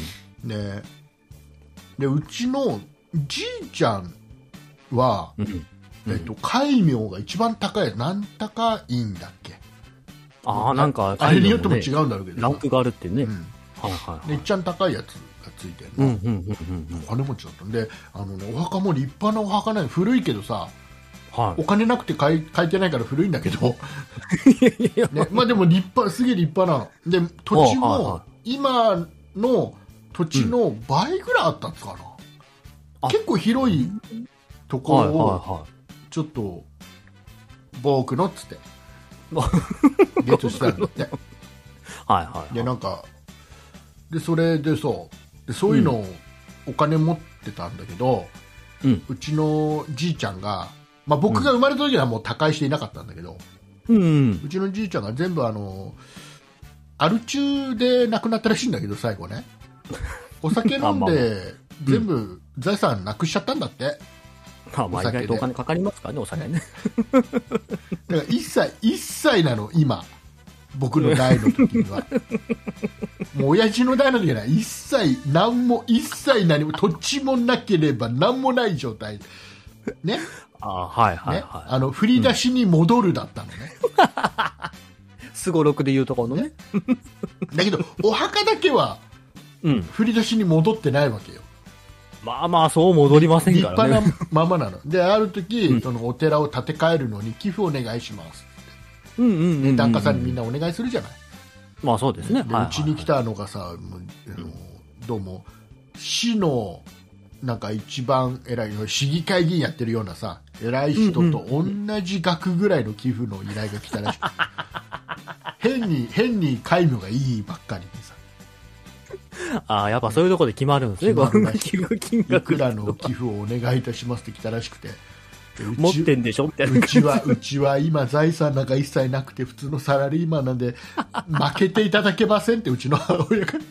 でうちのじいちゃんは、 うん。 戒名が一番高いなんたかいいんだっけ。 ああ、なんか、 あれによっても違うんだろうけど、 ランクがあるってね。 うんはいはいではい。 一番高いやつがついてるの、 うんうんうんうん。 お金持ちだったんで、お墓も立派なお墓なんで古いけどさ、 はお金なくて書いてないから古いんだけど、 い。いやね、まあでも立派、すげえ立派なので、土地はいもは今の土地の倍ぐらいあったんですかな、 あ結構広いとこはいろをはちょっと僕のっつっていはい。 ゲットしたんだってはいはい。 でなんかでそれででそういうのをお金持ってたんだけど、 うんうちのじいちゃんが、まあ、僕が生まれた時はもう他界していなかったんだけど、 うんうん。 うちのじいちゃんが全部アル中で亡くなったらしいんだけど最後ねお酒飲んあまあまで全部財産なくしちゃったんだって。 まあまあ意外とお金かかりますからね、お酒ね。 だから一切なの今僕の代の時にはもう親父の代の時には一切何も土地もなければ何もない状態ね、 ああ、はいはいね、 はい。 振り出しに戻るだったのね、 すごろくで言うところのね。 だけどお墓だけはうん。 振り出しに戻ってないわけよ。 まあまあ、そう戻りません立からね。 派なままなので、ある時、 うんそのお寺を建て替えるのに寄付お願いします、 うんうんうんうんうん。 檀家さんにみんなお願いするじゃない。 まあそうですね。 ではいうちに来たのがさ、もうどうも市のなんか一番偉いの市議会議員やってるようなさ偉い人と同じ額ぐらいの寄付の依頼が来たらしくて、変に戒名がいいばっかりでさ、 ああ、やっぱそういうところで決まるんですね。 決まるらしい寄付金い額くらの寄付をお願いいたしますって来たらしくて、で持ってんでしょみたいな感じ。 うちは今財産なんか一切なくて普通のサラリーマンなんで負けていただけませんってうちの母親が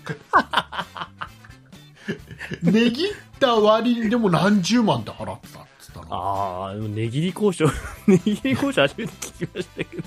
値切った割にでも何十万って払ってたっつったの。 ああ、値切り交渉、値切り交渉初めて聞きましたけど。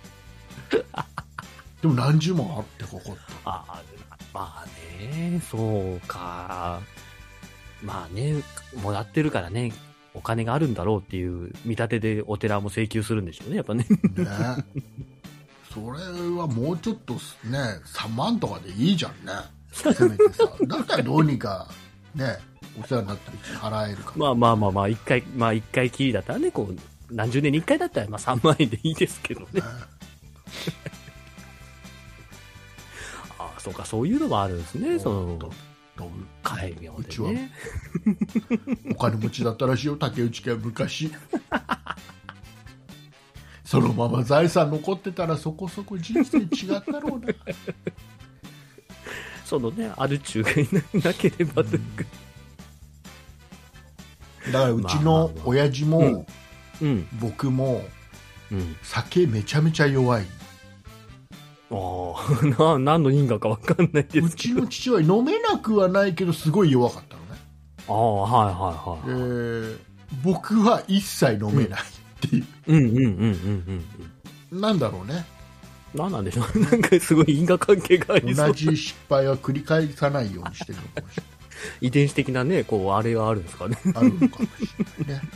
でも何十万あってかかった。 ああ、まあね、そうか。まあね、もらってるからね、お金があるんだろうっていう見立てでお寺も請求するんでしょうね、やっぱね。 ね、それはもうちょっとね3万とかでいいじゃんね、せめてさ。だったらどうにかねお世話になってるうち払えるからまあ、一回きりだったらね、こう、何十年に一回だったら、まあ3万円でいいですけどね。 ねああ、そうか、そういうのもあるんですね、その、戒名うちはでね。 お金持ちだったらしいよ竹内家は昔そのまま財産残ってたらそこそこ人生違ったろうなそのね、ある中がいなければというか。 だからうちの親父もうん。 僕もうん。 酒めちゃめちゃ弱い。 ああ、何の因果かわかんないですけど。 うちの父は飲めなくはないけどすごい弱かったのね。 ああ、はいはいはい。 僕は一切飲めないっていう、 うんうんうんうんうん。 なんだろうね、 何なんでしょう。なんかすごい因果関係がありそう。 同じ失敗は繰り返さないようにしてるのかもし遺伝子的なね、こう、あれがあるんですかね。 れない、あるのかもしれないね。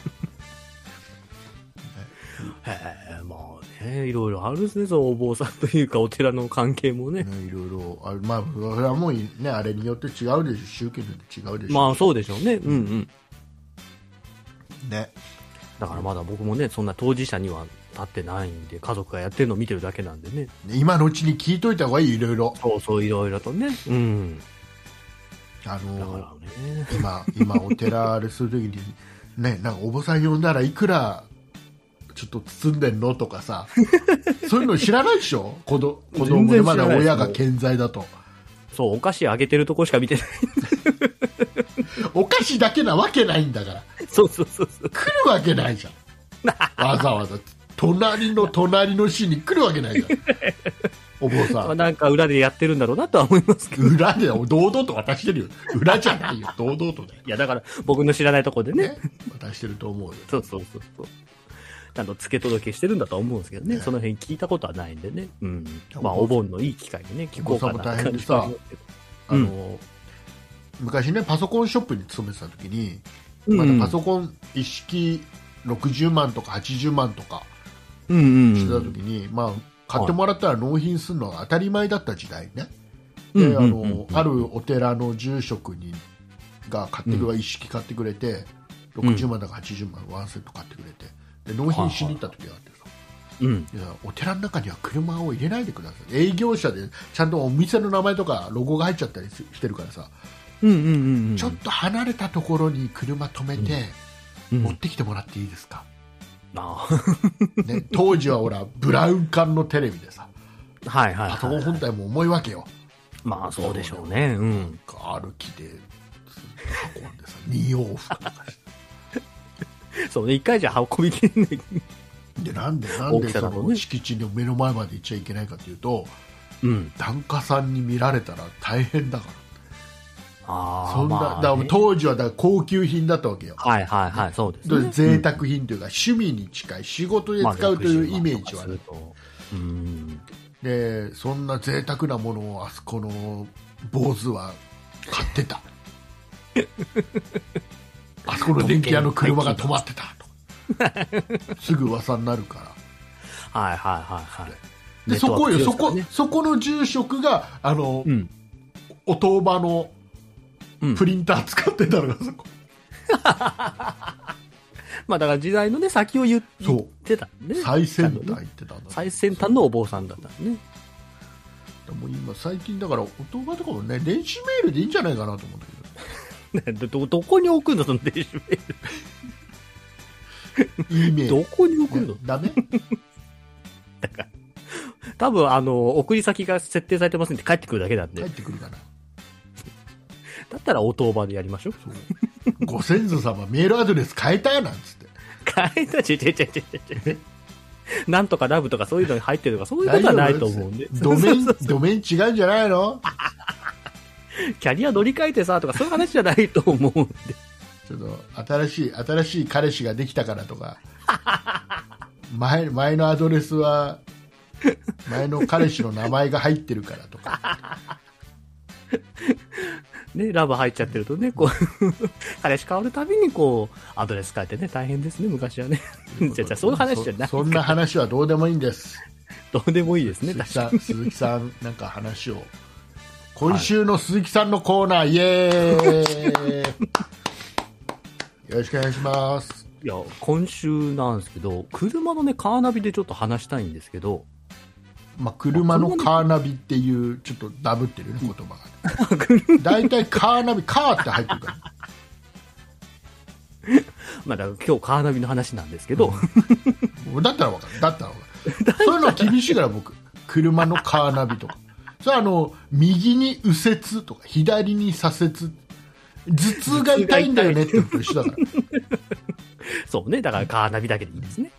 へえ、まあね、いろいろあるんですね、そのお坊さんというか、お寺の関係もね。 いろいろある、まあそれはもうねあれによって違うでしょう、宗教によって違うでしょう、 まあそうでしょうね。うんうん。 ね、 だからまだ僕もね、そんな当事者には経ってないんで、家族がやってるのを見てるだけなんでね。 今のうちに聞いといた方がいい、いろいろ。 そうそう、いろいろとね。うん。 だからね、 今お寺あれするときに、ね、なんかお坊さん呼んだらいくらちょっと包んでんのとかさ、そういうの知らないでしょ、子供でまだ親が健在だと。 そう、お菓子あげてるとこしか見てない。 お菓子だけなわけないんだから。 そうそうそうそう。 来るわけないじゃん。わざわざ隣の市に来るわけないじゃん。お坊さん。 なんか裏でやってるんだろうなとは思いますけど。 裏で堂々と渡してるよ。裏じゃないよ。堂々とだよ。 いや、だから僕の知らないとこでね。 渡してると思うよ。 そうそうそうそう。ちゃんと付け届けしてるんだとは思うんですけどね。その辺聞いたことはないんでね。うん。まあ、お盆のいい機会にね、聞こうかなって感じが。 昔ね、パソコンショップに勤めてた時に、まだパソコン一式60万とか80万とかしてた時に、まあ、買ってもらったら納品するのが当たり前だった時代ね。で、あるお寺の住職が一式買ってくれて、60万だか80万ワンセット買ってくれて、で納品しに行った時があってさ、いやお寺の中には車を入れないでください。営業者でちゃんとお店の名前とかロゴが入っちゃったりしてるからさ、ちょっと離れたところに車止めて、持ってきてもらっていいですか、ね、当時はほらブラウン管のテレビでさ、パソコン本体も重いわけよ。 まあそうでしょうね。 歩きで運んでさ2往復とかしてそうね、1回じゃ運びきれない。 でなんでその敷地の目の前まで行っちゃいけないかというと、檀家さんに見られたら大変だから。そんな、だから当時はだから高級品だったわけよ。 そうですね。 贅沢品というか、趣味に近い、仕事で使うというイメージはね。で、そんな贅沢なものをあそこの坊主は買ってた。あそこの電気屋の車が止まってたと。すぐ噂になるから。で、そこの住職が、お当場のプリンター使ってたのがそこ。 まあだから時代のね、先を言ってたね。 最先端言ってたんだ。 最先端のお坊さんだったね。 もう今最近だからお当場とかもね、電子メールでいいんじゃないかなと思うんだけど。どこに置くのその電子メール。 いいメール。 どこに置くの？ ダメ？ だから多分送り先が設定されてますんで帰ってくるだけなんで。 帰ってくるかな。 だったらお当場でやりましょう。 ご先祖様メールアドレス変えたなんつって。 変えたなんとかラブとかそういうのに入ってるとかそういうことはないと思うんで。 ドメイン違うんじゃないの？ キャリア乗り換えてさとかそういう話じゃないと思うんで。 ちょっと新しい彼氏ができたからとか前のアドレスは前の彼氏の名前が入ってるからとか。 ね、ラブ入っちゃってるとね、こう彼氏変わるたびにこうアドレス変えてね大変ですね昔はね。じゃあそういう話じゃない。 そんな話はどうでもいいんです。 どうでもいいですね。 鈴木さんなんか話を。今週の鈴木さんのコーナー、イエーイ。よろしくお願いします。 いや今週なんですけど、車のねカーナビでちょっと話したいんですけど。 まあ、車のカーナビっていうちょっとダブってるね言葉が。だいたいカーナビカーって入ってるから。 まあだから今日カーナビの話なんですけど。 だったら分かる。だったら分かる。そういうの厳しいから僕。車のカーナビとか。それは右に右折とか左に左折。頭痛が痛いんだよねってこと一緒だから。 そうね。だからカーナビだけでいいですね。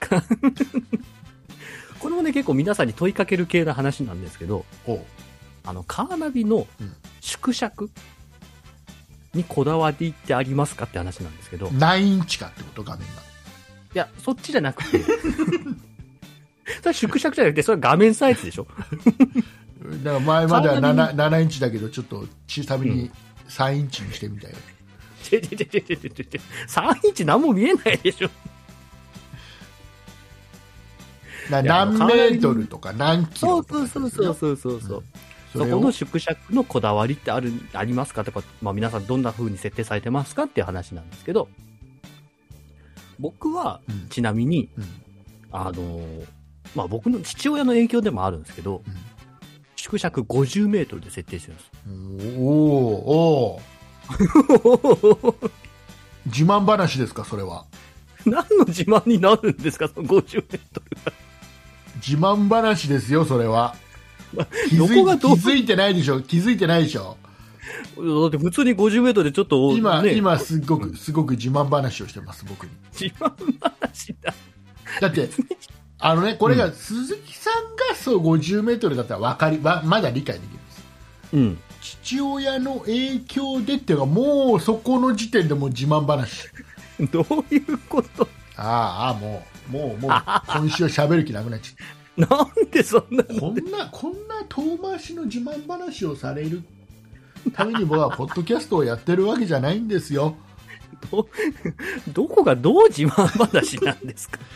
これもね結構皆さんに問いかける系な話なんですけど、カーナビの縮尺にこだわりってありますかって話なんですけど。 何インチかってこと画面が。いやそっちじゃなくてそれ縮尺じゃなくてそれ画面サイズでしょ。 だから前までは 7インチだけどちょっと小さめに3インチにしてみたよ。 3インチ何も見えないでしょ。 何メートルとか何キロとか。 そう。そこの縮尺のこだわりってありますかとか、まあ、皆さんどんな風に設定されてますかっていう話なんですけど、僕はちなみにまあ僕の父親の影響でもあるんですけど、縮尺50メートルで設定してるんです。 おー自慢話ですか、それは。 何の自慢になるんですか、その50メートルが。 自慢話ですよ、それは。気づいてないでしょ。気づいてないでしょ。 だって普通に50メートルでちょっと、ね、 今すごく自慢話をしてます、僕に。 自慢話だ。 だって、これが鈴木さんがそう50メートルだったらまだ理解できるんです。 うん。 父親の影響でっていうか、もうそこの時点でもう自慢話。 どういうこと？ もう今週は喋る気なくなっちゃった。 なんでそんなこんな遠回しの自慢話をされるために僕はポッドキャストをやってるわけじゃないんですよ。 どこがどう自慢話なんですか？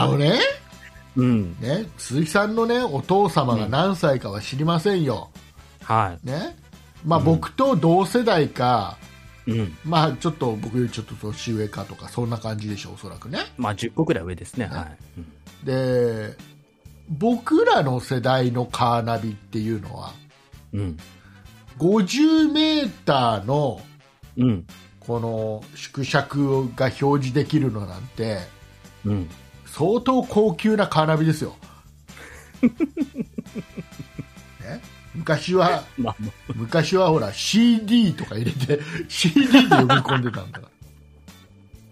ね、鈴木さんのね、お父様が何歳かは知りませんよ。 はい。 ね。僕と同世代か、ちょっと僕よりちょっと年上かとか、そんな感じでしょう、おそらくね。 10個くらい上ですね。はい。 で、僕らの世代のカーナビっていうのは、50メーターの、この縮尺が表示できるのなんて、相当高級なカーナビですよ。ね、昔はほら CD とか入れて CD で読み込んでたんだから、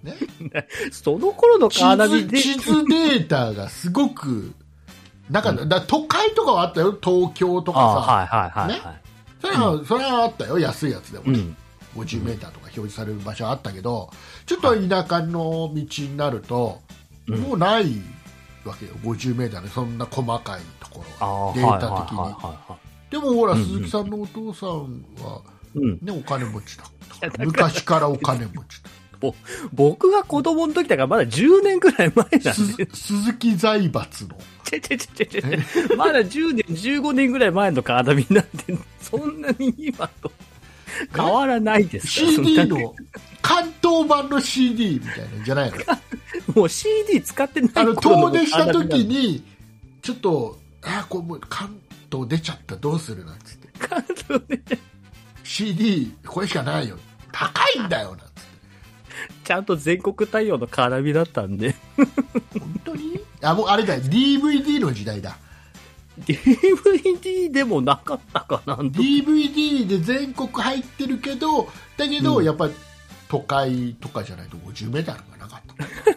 ね、 その頃のカーナビで地図データがすごくだ都会とかはあったよ、東京とかさ、ね、それはあったよ、安いやつでもね、50メーターとか表示される場所はあったけど、ちょっと田舎の道になると、もうないわけよ、50メーターでそんな細かいところはデータ的に。でもほら、鈴木さんのお父さんは、ね、お金持ちだった。昔からお金持ちだ。 僕が子供の時だからまだ10年くらい前なんで。 鈴木財閥の。 まだ10年、15年くらい前のカーナビになって、そんなに今と変わらないですから。 CD の、関東版の CD みたいなんじゃないの？ もう CD 使ってない頃の遠出した時に、ちょっと、これもう関東出ちゃった、どうするなんつって。 関東出ちゃった。 CD、これしかないよ。高いんだよ、なんつって。 ちゃんと全国対応のカーナビだったんで。 本当に？もうあれだよ、DVD の時代だ。 DVD でもなかったかな。 DVD で全国入ってるけど、だけど、やっぱり都会とかじゃないと50メーターがなかった。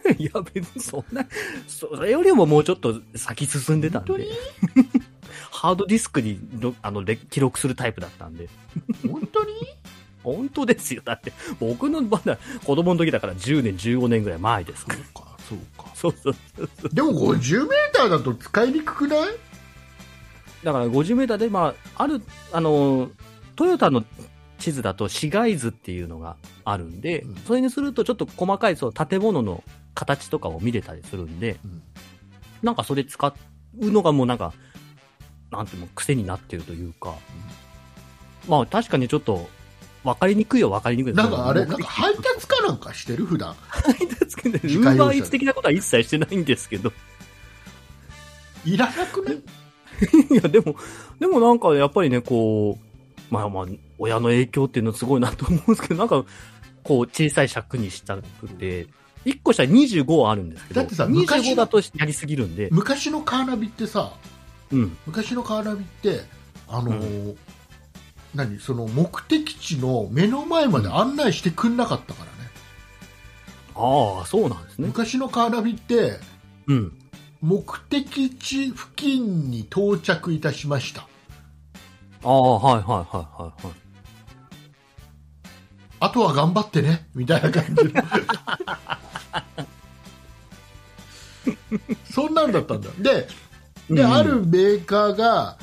いや、別にそれよりももうちょっと先進んでたんで。ハードディスクに記録するタイプだったんで。 本当に？ 本当ですよ。だって、僕のまだ子供の時だから10年、15年ぐらい前ですから。 そうか。 そう。 でも50メーターだと使いにくくない？ だから50メーターで、トヨタの地図だと市街図っていうのがあるんで、それにするとちょっと細かい建物の形とかを見れたりするんで、なんかそれ使うのがもうなんていうの、癖になってるというか、確かにちょっと分かりにくいよ、分かりにくい。 なんか配達かなんかしてる普段。 配達かね、ウーバーイーツ的なことは一切してないんですけど。 いらなくない？ いや、でもなんかやっぱりね、親の影響っていうのはすごいなと思うんですけど、なんか、小さい尺にしたくて、1個下25はあるんですけど、 だってさ、 25だとやりすぎるんで。 昔のカーナビってさ、昔のカーナビって、その目的地の目の前まで案内してくんなかったからね。 ああ、そうなんですね。 昔のカーナビって、目的地付近に到着いたしました。 ああ、はい。 あとは頑張ってね、みたいな感じの。そんなんだったんだ。で、あるメーカーが、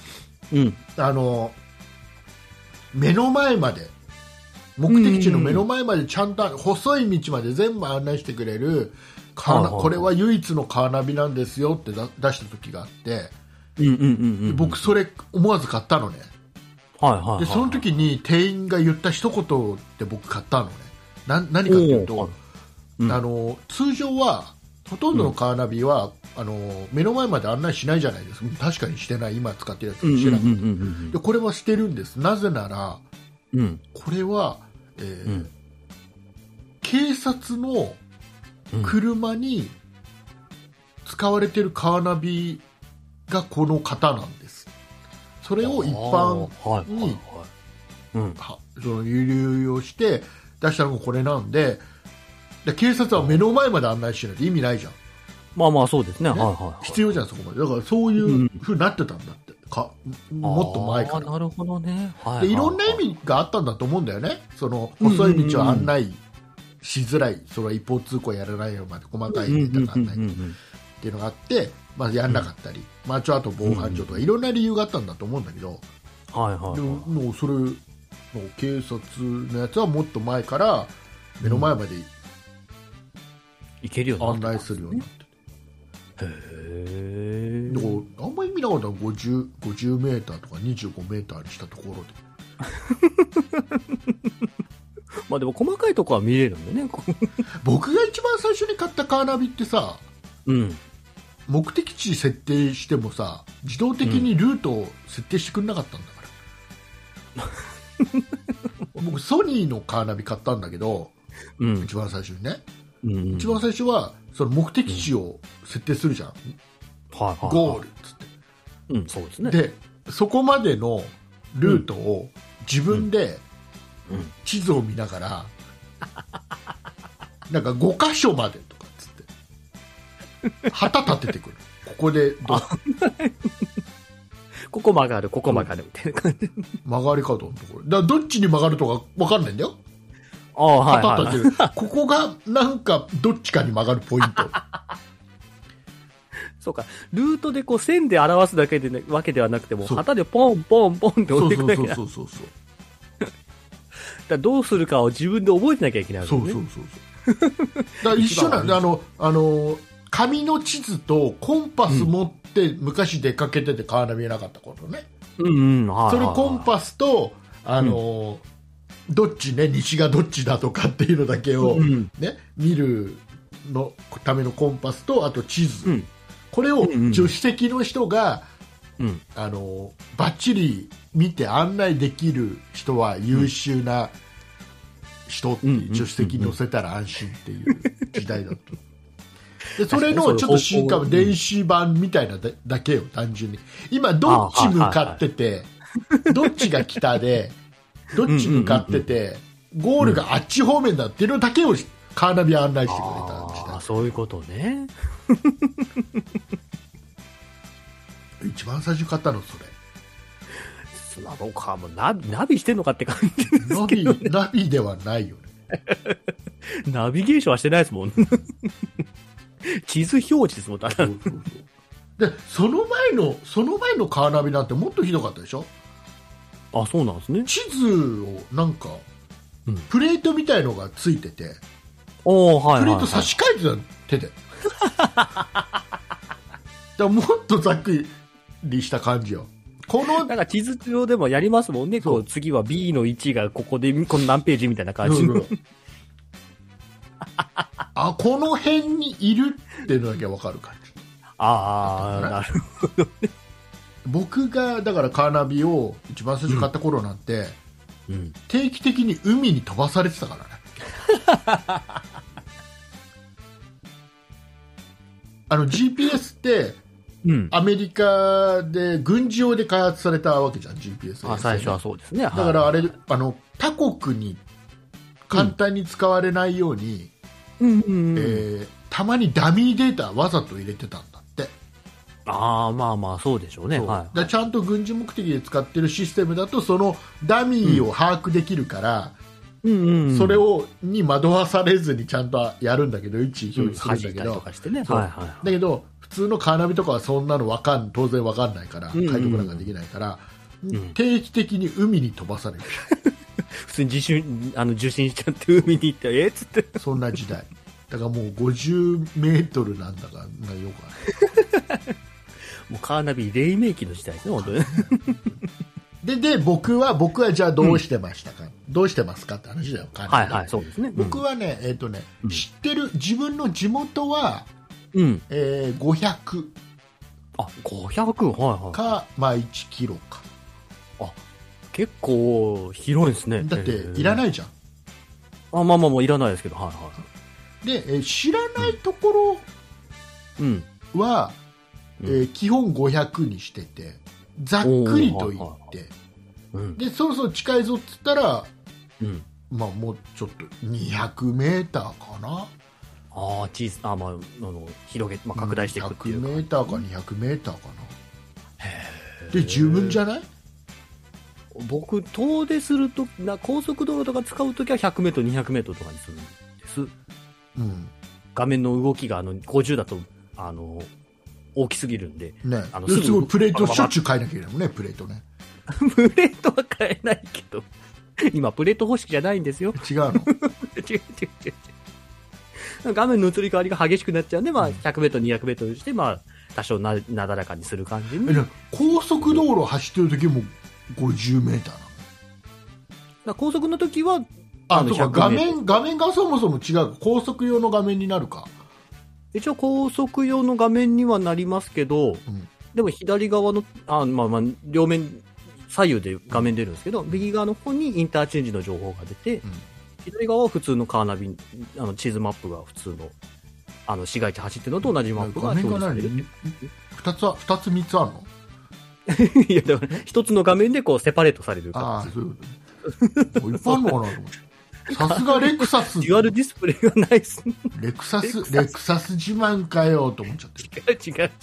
目の前まで、目的地の目の前までちゃんと細い道まで全部案内してくれるこれは唯一のカーナビなんですよって出した時があって、僕それ思わず買ったのね。でその時に店員が言った一言で僕買ったのね。何かというと、通常はほとんどのカーナビは、目の前まで案内しないじゃないですか。確かにしてない。今使ってるやつはしてなかった。で、これはしてるんです。なぜなら、これは、警察の車に使われてるカーナビがこの型なんです。それを一般にその有料して出したのがこれなんで、警察は目の前まで案内しないと意味ないじゃん。 まあまあそうですね。 必要じゃん、そこまで。だからそういう風になってたんだって。もっと前から。 なるほどね。 でいろんな意味があったんだと思うんだよね。その細い道を案内しづらい、それは一方通行やらないよまで細かいデータが案内っていうのがあって、まあ、やんなかったり、まあ、あと防犯上とかいろんな理由があったんだと思うんだけど、でもそれの警察のやつはもっと前から目の前まで行けるように案内するようになってて、だからあんまり意味なかったら50メーターとか25メーターにしたところでまあでも細かいとこは見れるんだよね。 僕が一番最初に買ったカーナビってさ、目的地設定してもさ、自動的にルートを設定してくれなかったんだから、僕ソニーのカーナビ買ったんだけど、一番最初にね、一番最初はその目的地を設定するじゃん、ゴールっつって、 そうですね。 でそこまでのルートを自分で地図を見ながら、なんか5箇所までとかっつって旗立ててくる。ここでここ曲がる、ここ曲がるみたいな感じ。 曲がり方のところだからどっちに曲がるとか分かんないんだよ。 旗立てる。ここがなんかどっちかに曲がるポイント。 そうか、ルートでこう線で表すだけで、わけではなくても、旗でポンポンポンって置いていくだけだ。 そうだどうするかを自分で覚えてなきゃいけないわけね。 だから一緒なんで、紙の地図とコンパス持って昔出かけててカーナビなかったことね。それコンパスとどっちね、西がどっちだとかっていうのだけをね、見るのためのコンパスと、あと地図、これを助手席の人がバッチリ見て案内できる人は優秀な人って、助手席に乗せたら安心っていう時代だった。でそれのちょっと進化電子版みたいなだけよ、単純に。今どっち向かってて、どっちが北でどっち向かってて、ゴールがあっち方面だっていうのだけをカーナビ案内してくれたんでした。 そういうことね。 一番最初買ったのそれ。 スマホかもナビしてんのかって感じですけど、ね、 ナビではないよね。 ナビゲーションはしてないですもんね。地図表示ですもん。 でその前のカーナビなんてもっとひどかったでしょ。 あ、そうなんですね。 地図をなんか、プレートみたいのがついてて、プレート差し替えてた手で。だからもっとざっくりした感じよ。 なんか地図上でもやりますもんね。こう次は B の1がここでこの何ページみたいな感じ。 あ、この辺にいるっていうのだけ分かる感じ。 なるほどね。 僕がだからカーナビを一番最初買った頃なんて、定期的に海に飛ばされてたからね。GPS って、アメリカで軍事用で開発されたわけじゃん、GPS。 最初はそうですね。 だからあれ、他国に簡単に使われないように、たまにダミーデータわざと入れてたんだって。 まあそうでしょうね。 だちゃんと軍事目的で使ってるシステムだとそのダミーを把握できるから、それに惑わされずにちゃんとやるんだけど、位置表示するんだけど、だけど普通のカーナビとかはそんなの当然わかんないから、解読なんかできないから、定期的に海に飛ばされる。 普通に受信しちゃって海に行ってつってそんな時代だから、もう50メートルなんだかがよくある。 もうカーナビ黎明期の時代ですね、本当に。 で僕はじゃあどうしてましたか、どうしてますかって話だよ、カーナビ。 そうですね。 僕はね、知ってる自分の地元はうん。 500 あ、500? はいはい。 か、まあ1キロか。 あ、結構広いですね。 だっていらないじゃん。 あ、まあまあまあいらないですけど、はいはで、知らないとこい。うん。 ろは、基本500にしてて、ざっくりと言って、 うん。 で、そろそろ近いぞっつったら、 うん。 まあもうちょっと200メーターかな。 ああ、まあ、広げ、まあ、拡大していくっていう 100 か。 メーターか200メーターかな。で、十分じゃない？ 僕、遠出すると高速道路とか使うときは100メートル、200メートルとかにするんです。 うん。 画面の動きが50だと、大きすぎるんで。 ね。 すごいプレートしょっちゅう変えなきゃいけないもんね、プレートね。 プレートは変えないけど。今、プレート方式じゃないんですよ。 違うの？ 違う。画面の移り変わりが激しくなっちゃうんで、まあ、100メートル、200メートルして、まあ、多少なだらかにする感じに。 高速道路走ってる時も50メーターなの？ 高速の時は、 そうか、画面がそもそも違う。高速用の画面になるか。 一応高速用の画面にはなりますけど、でも左側の、まあ、両面、左右で画面出るんですけど、右側の方にインターチェンジの情報が出て、左側は普通のカーナビ、地図マップが普通の、市街地走ってるのと同じマップが表示される。 2つ3つあるの？ いや、だから、一つの画面でこう、セパレートされるから。 ああ、そういうことね。いっぱいあるのかなと思って。さすがレクサス。 デュアルディスプレイがないっす。 レクサス自慢かよと思っちゃってる。違う。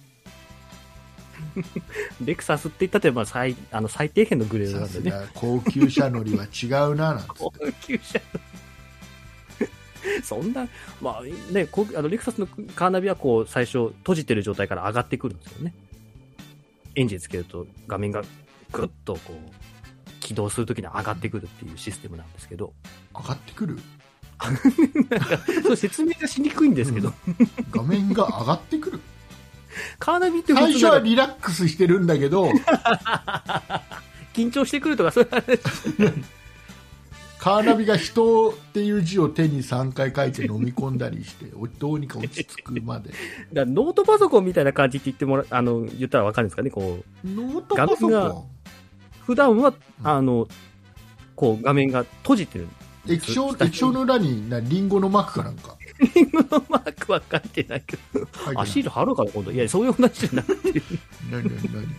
レクサスって言ったって、まあ、最低限のグレードなんでね。 高級車乗りは違うな、なんつって。 高級車乗り。そんな、まあね、レクサスのカーナビはこう、最初、閉じてる状態から上がってくるんですよね。エンジンつけると画面がぐっとこう、起動するときに上がってくるっていうシステムなんですけど。 上がってくる？ なんか、そう説明がしにくいんですけど。 画面が上がってくる？ カーナビって最初はリラックスしてるんだけど緊張してくるとかそういう話カーナビが人っていう字を手に3回書いて飲み込んだりしてどうにか落ち着くまでだノートパソコンみたいな感じって言ったら分かるんですかね。こうノートパソコン普段はこう画面が閉じてる。 液晶の裏にリンゴのマークかなんかリンゴのマークは書いてないけど、シール貼るから今度。いや、そういう話じゃなくて。 何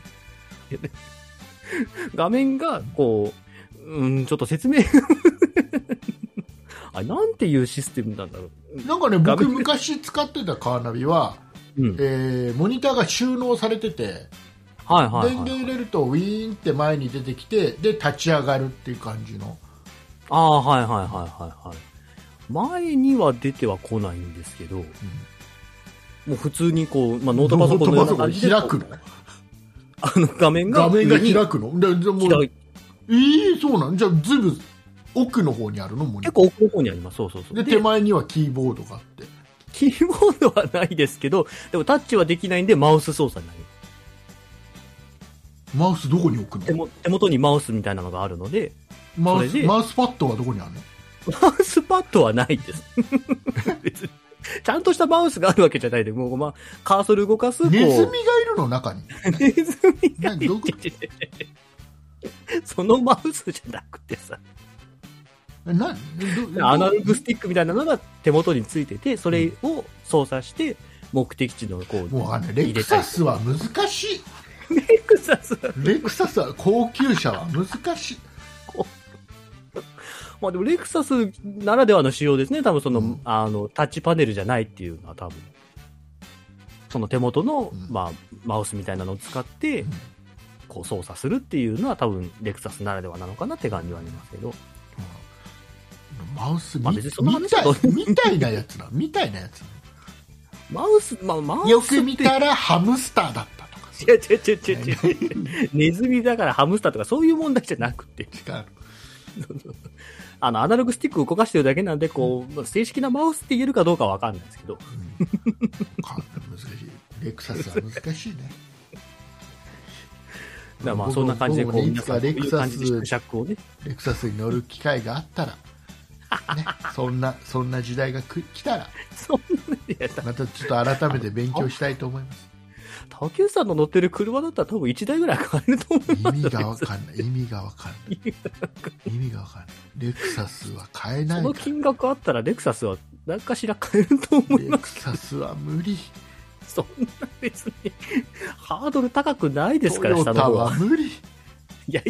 画面が、こう、ちょっと説明なんていうシステムなんだろう。 なんかね、僕昔使ってたカーナビは、モニターが収納されてて、電源入れるとウィーンって前に出てきて、で、立ち上がるっていう感じの。 前には出ては来ないんですけど、もう普通にこう、まあ、ノートパソコンのような感じで開くの画面が開くのでもそうなんじゃあずいぶん奥の方にあるの？ 結構奥の方にあります。そうで手前にはキーボードがあって、 キーボードはないですけど、でもタッチはできないんでマウス操作になる。 マウスどこに置くの？ 手元にマウスみたいなのがあるので、 マウスパッドはどこにあるの？ マウスパッドはないです。別にちゃんとしたマウスがあるわけじゃないで、もうまあ、カーソル動かす。 ネズミがいるの中に。 ネズミがいる。そのマウスじゃなくてさ。アナログスティックみたいなのが手元についてて、それを操作して目的地のこうもうレクサスは難しい。 レクサスは高級車は難しい。 まあでもレクサスならではの仕様ですね。多分その、タッチパネルじゃないっていうのは多分、その手元の、まあ、マウスみたいなのを使って、こう操作するっていうのは多分レクサスならではなのかなって感じはありますけど。 マウスみたいなやつな。みたいなやつな。 マウスよく見たらハムスターだったとか。 違う。ネズミだからハムスターとかそういう問題じゃなくて。 違う。 アナログスティックを動かしてるだけなんで、こう、正式なマウスって言えるかどうかわかんないですけど。 難しい。レクサスは難しいね。 だまあそんな感じで、こう、皆さんこういう感じで縮尺をね。 レクサスに乗る機会があったら、 そんな時代が来たら、 そんな、いや、 またちょっと改めて勉強したいと思います。 竹内さんの乗ってる車だったら多分1台ぐらい買えると思います。 意味がわかんない。レクサスは買えないから。 その金額あったらレクサスは何かしら買えると思います。 レクサスは無理。 そんな別に、ハードル高くないですから、 トヨタは無理。 いや。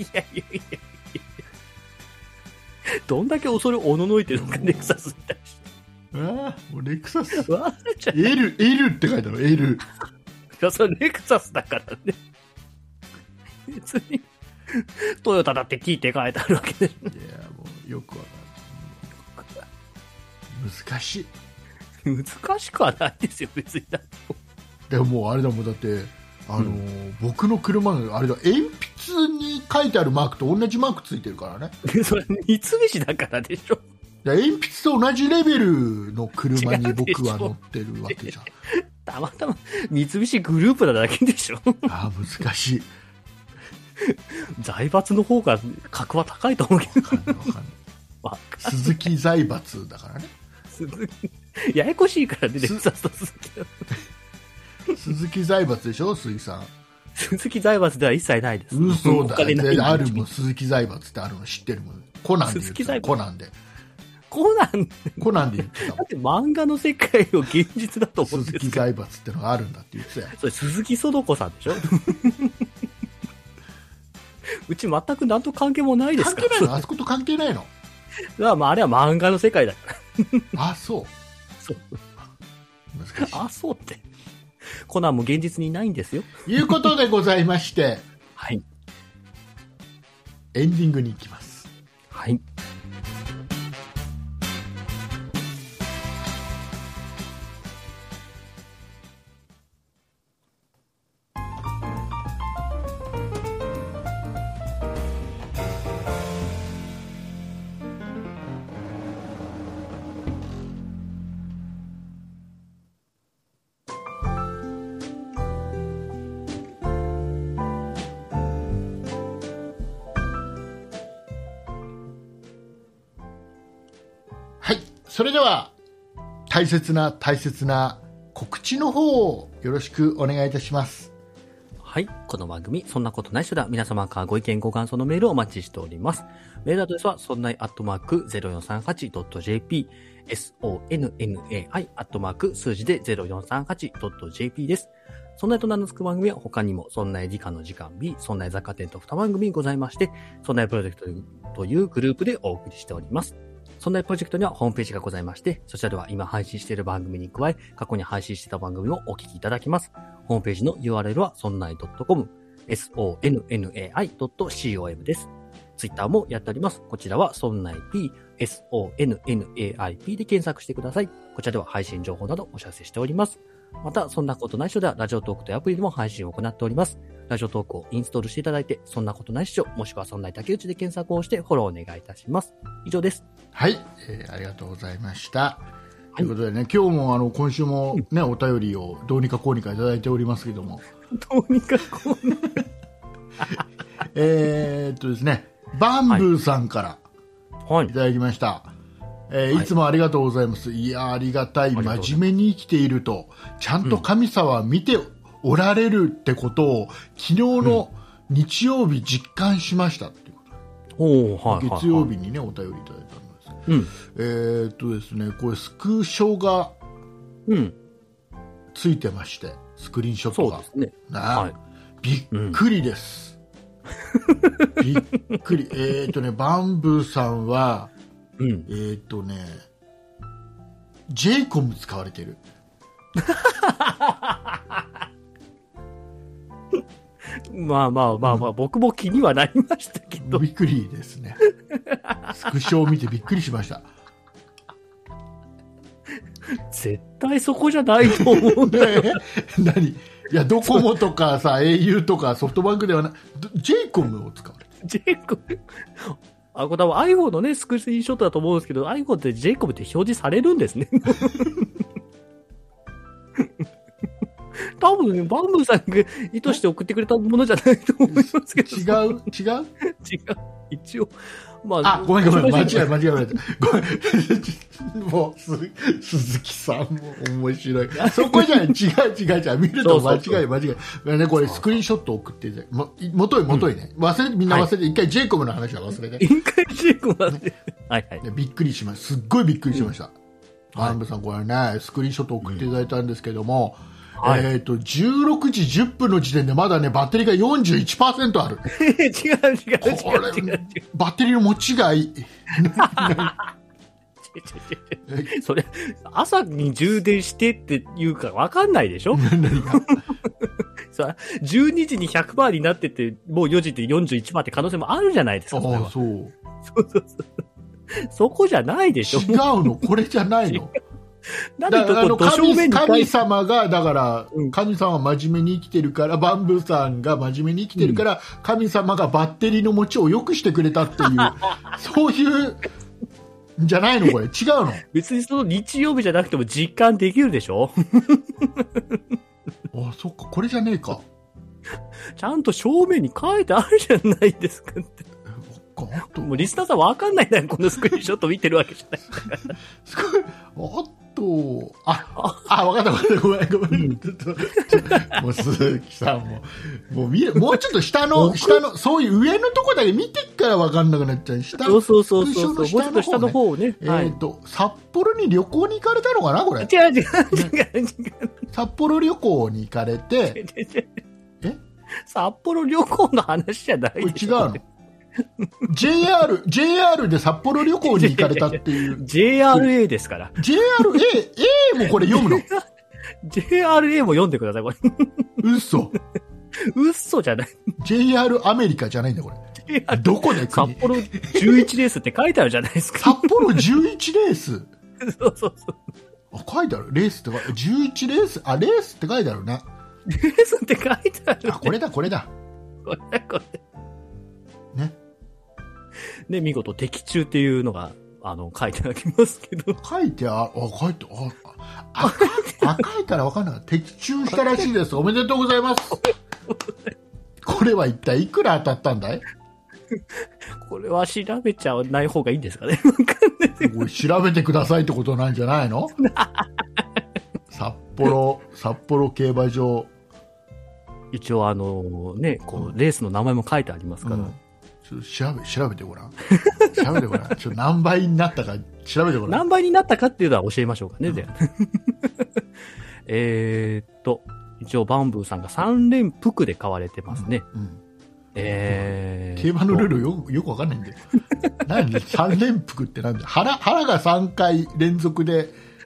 どんだけ恐れおののいてるのか、レクサスに対して。 もうレクサス。 L って書いてある、L。 いや、それレクサスだからね。別に、トヨタだって T って書いてあるわけで。いや、もうよくわかんない。難しい。 難しくはないですよ、別に。 でももうあれだもん、だって僕の車があれだ、鉛筆に書いてあるマークと同じマークついてるからね。 それ三菱だからでしょ。 鉛筆と同じレベルの車に僕は乗ってるわけじゃん。 たまたま三菱グループなだけでしょ。 難しい。 財閥の方が格は高いと思うけど。 わかんない。鈴木財閥だからね。 ややこしいからね、レクサスと鈴木だ。 鈴木財閥でしょ、鈴木さん。 鈴木財閥では一切ないです。 嘘だ。あるもん、鈴木財閥ってあるの知ってるもん。コナンで言ってた。コナンで言ってた。 だって漫画の世界を現実だと思って鈴木財閥ってのがあるんだって言ってたよ。 それ鈴木そどこさんでしょ。うち全く何と関係もないですから。 関係ないの？あそこと関係ないの？ まあ、あれは漫画の世界だから。 そう。難しい。 そうって。コナンも現実にいないんですよ。 いうことでございまして、 はい。 エンディングに行きます。 はい。 それでは大切な告知の方をよろしくお願いいたします。 はい。この番組、そんなことない人では皆様からご意見ご感想のメールをお待ちしております。メールアドレスは、そんない@0438.jp、sonnai@ 数字で 0438.jp です。そんないと名の付く番組は他にも、そんない理科の時間 B、そんない雑貨店と2番組ございまして、そんないプロジェクトというグループでお送りしております。そんなプロジェクトにはホームページがございまして、そちらでは今配信している番組に加え、過去に配信していた番組をお聞きいただきます。ホームページの URL はそんない .com、sonnai.com です。ツイッターもやっております。こちらはそんない P、sonnaip で検索してください。こちらでは配信情報などお知らせしております。また、そんなことない人ではラジオトークというアプリでも配信を行っております。ラジオトークをインストールしていただいて、そんなことないっしょ、もしくはそんない竹内で検索をしてフォローお願いいたします。以上です。 はい、ありがとうございました。ということでね、今日も今週もね、お便りをどうにかこうにかいただいておりますけども。 どうにかこうにか。 ですね、バンブーさんからいただきました。いつもありがとうございます。いや、ありがたい。真面目に生きていると、ちゃんと神様は見ておられるってことを、昨日の日曜日実感しましたっていうことで、月曜日にね、お便りいただいたんです。ですね、これスクショがついてまして、スクリーンショットが。 そうですね。 びっくりです。びっくり。バンブーさんは、ジェイコム使われてる。 まあ、僕も気にはなりましたけど。 びっくりですね。スクショを見てびっくりしました。 絶対そこじゃないと思うんだよ。 何？いや、ドコモとかさ、au とかソフトバンクではない、ジェイコムを使われてる。 ジェイコムこれ多分 iPhone のね、スクリーンショットだと思うんですけど、iPhone って JCOM って表示されるんですね。多分ね、バンブーさんが意図して送ってくれたものじゃないと思いますけど。 違う一応、 まあ、ごめん、間違え。ごめん。もう、鈴木さんも面白い。そこじゃない、違う。見ると間違い。ね、これスクリーンショット送って、もといね。みんな忘れて、一回ジェイコブの話は忘れて。 一回ジェイコブ忘れて。はい。 びっくりしました。すっごいびっくりしました。バンブさん、これね、スクリーンショット送っていただいたんですけども、16時10分の時点でまだね、バッテリーが 41% ある。 違う。 これ、バッテリーの持ちがいい。 それ、朝に充電してって言うから分かんないでしょさ、12時に 100% になってて、もう4時で 41% って可能性もあるじゃないですか。 そう。 そこじゃないでしょ。 違うの、これじゃないの。 なんで神様が、だから、神様は真面目に生きてるから、バンブーさんが真面目に生きてるから、神様がバッテリーの持ちを良くしてくれたっていう、そういう、じゃないのこれ。違うの。 別にその日曜日じゃなくても実感できるでしょあ、そっか、これじゃねえか。 ちゃんと正面に書いてあるじゃないですかって。もうリスナーさん分かんないんだよ、このスクリーンショット見てるわけじゃない。分かった。ごめん。もう鈴木さんもうちょっと下の、そういう上のとこだけ見てから分かんなくなっちゃう。そう。もうちょっと下の方をね。 札幌に旅行に行かれたのかな、これ。 違う。 札幌旅行に行かれて、 札幌旅行の話じゃないでしょ。 違うの。JR で札幌旅行に行かれたっていう。 JRA ですから。 JRA もこれ読むの？ JRA も読んでください、これ。嘘じゃない。 JR アメリカじゃないんだ、これ。どこで札幌11レースって書いてあるじゃないですか。 札幌11レースそう。 書いてある。レースって11レース、レースって書いてあるね。 レースって書いてある、ね。 これだ。 これ。 ね、 見事的中っていうのが書いてありますけど。 書いて赤いから分かんない。的中したらしいです。おめでとうございます。これは一体いくら当たったんだい？ これは調べちゃわない方がいいんですかね。 調べてくださいってことなんじゃないの？札幌競馬場。 一応レースの名前も書いてありますから。 調べてごらん。何倍になったか調べてごらん。 何倍になったかっていうのは教えましょうかね、じゃあ。一応バンブーさんが3連複で買われてますね。 競馬のルールよくわかんないんだよ。何3連複ってなんだよ。腹が3回連続で。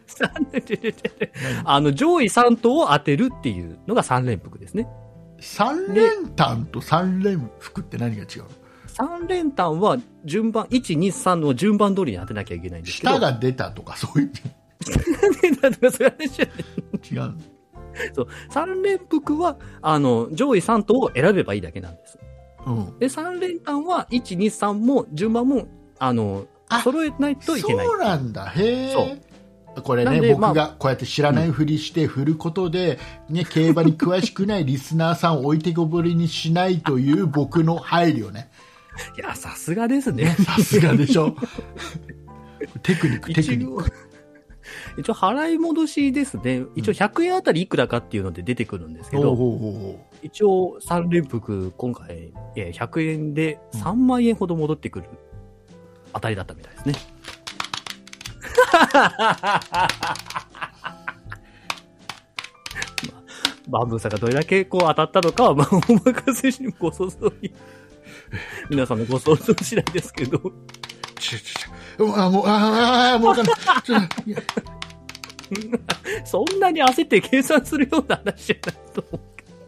上位3頭を当てるっていうのが3連複ですね。 3連単と3連複って何が違うの ？3連単は順番、1、2、3の順番通りに当てなきゃいけないんですけど。 下が出たとかそういう。 下が出たとかそういう話じゃない。 違う。 そう。3連複は、上位3頭を選べばいいだけなんです。で、3連単は1、2、3も順番も、揃えないといけない。 そうなんだ。へえ。これね、僕がこうやって知らないふりして振ることで、競馬に詳しくないリスナーさんを置いてこぼりにしないという僕の配慮ね。 いや、さすがですね。 さすがでしょ。テクニック。 一応払い戻しですね。一応100円あたりいくらかっていうので出てくるんですけど、一応3連複今回100円で3万円ほど戻ってくる当たりだったみたいですね。バンブーさんがどれだけ当たったのかは、お任せしご想像に。皆さんのご想像次第ですけど。 もう分かんない。 そんなに焦って計算するような話じゃないと思う。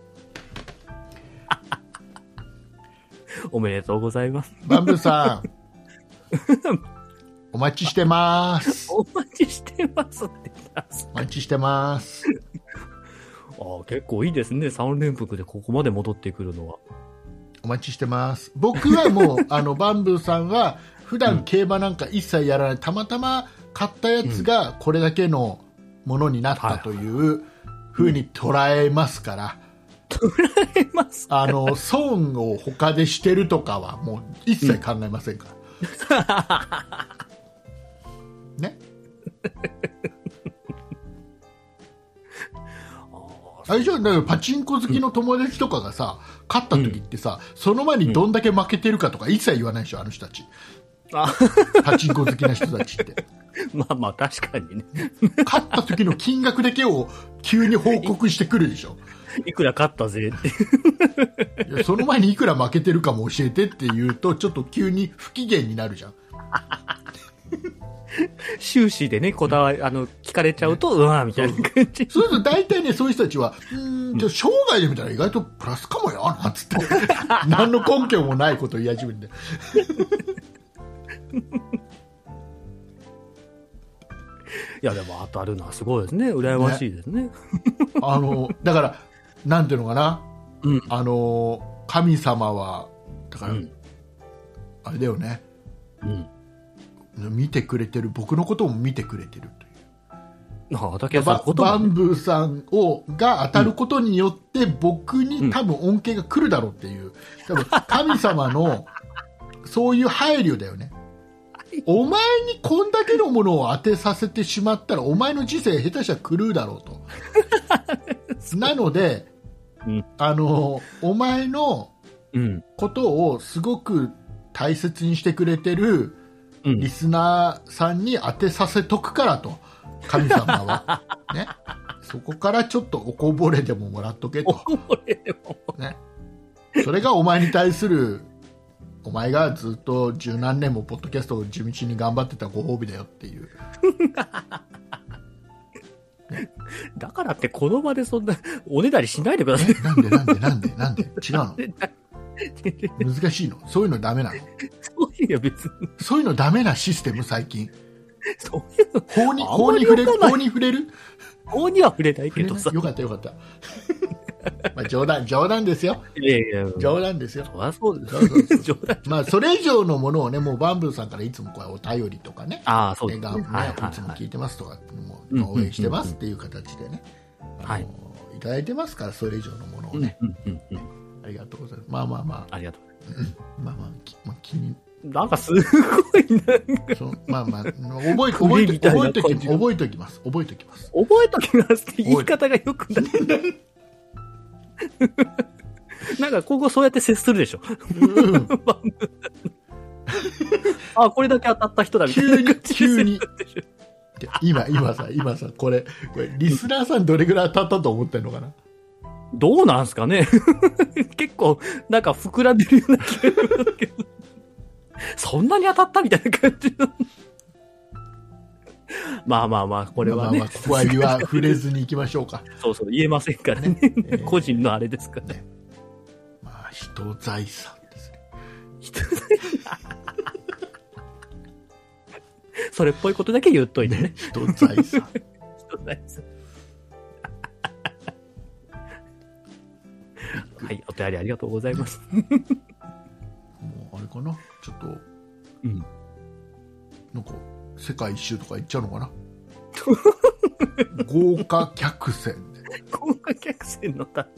おめでとうございます。 バンブーさん。お待ちしてます。 お待ちしてますって。 お待ちしてます。 結構いいですね。3連複でここまで戻ってくるのは。 お待ちしてます。僕はもうバンブーさんは普段競馬なんか一切やらない、たまたま買ったやつがこれだけのものになったという風に捉えますから。 捉えますか？ 損を他でしてるとかはもう一切考えませんから。 ね。あれじゃだからパチンコ好きの友達とかがさ、勝った時ってさ、その前にどんだけ負けてるかとか一切言わないでしょ、あの人たち。パチンコ好きな人たちって。 まあまあ確かにね。 勝った時の金額だけを急に報告してくるでしょ。 いくら勝ったぜって。 いやその前にいくら負けてるかも教えてって言うと、ちょっと急に不機嫌になるじゃん。 終始でね、こだわり、聞かれちゃうと、うわーみたいな感じ。 そうすると大体ね、そういう人たちは、じゃあ生涯で見たら意外とプラスかもよ、なんつって。何の根拠もないことを言い始めるんで。 いや、でも当たるのはすごいですね。羨ましいですね。 だから、なんていうのかな。 うん。 神様は、だから、あれだよね。見てくれてる、僕のことも見てくれてるという。バンブーさんが当たることによって、僕に多分恩恵が来るだろうっていう、多分神様のそういう配慮だよね。お前にこんだけのものを当てさせてしまったら、お前の人生下手したら狂うだろうと。なので、お前のことをすごく大切にしてくれてるリスナーさんに当てさせとくからと、神様は。ね。そこからちょっとおこぼれでももらっとけと。ね。それがお前に対する、お前がずっと十何年もポッドキャストを地道に頑張ってたご褒美だよっていう。 ね、だからってこの場でそんなおねだりしないでください。 なんで違うの難しいのそういうのダメなのそういうのダメなシステム最近。 そういうの法に触れる法には触れないけどさ。 よかったまあ冗談ですよ。冗談ですよ。 そうです。 冗談。まあそれ以上のものをね、もうバンブーさんからいつもこうお便りとかね、 そうですね。 いつも聞いてますとか、もう応援してますっていう形でね、いただいてますから、それ以上のものをね。ありがとうございます。まあ。 ありがとう。 まあ気に。 なんかすごいまあ覚えときます。 覚えときますって言い方がよくない。なんか今後そうやって接するでしょ。これだけ当たった人だみたいな。 急に。今さ、これリスナーさんどれぐらい当たったと思ってんのかな。 どうなんすかね。結構なんか膨らんでるような気がするけど。そんなに当たったみたいな感じの。まあ、これはね。 ここは触れずに行きましょうか。 そう、言えませんからね。個人のあれですからね。 まあ、人財産ですね。 人財産。それっぽいことだけ言っといてね。 人財産。 人財産。はい、お便りありがとうございます。 もうあれかな、ちょっと、なんか世界一周とか行っちゃうのかな。豪華客船で。 豪華客船の旅。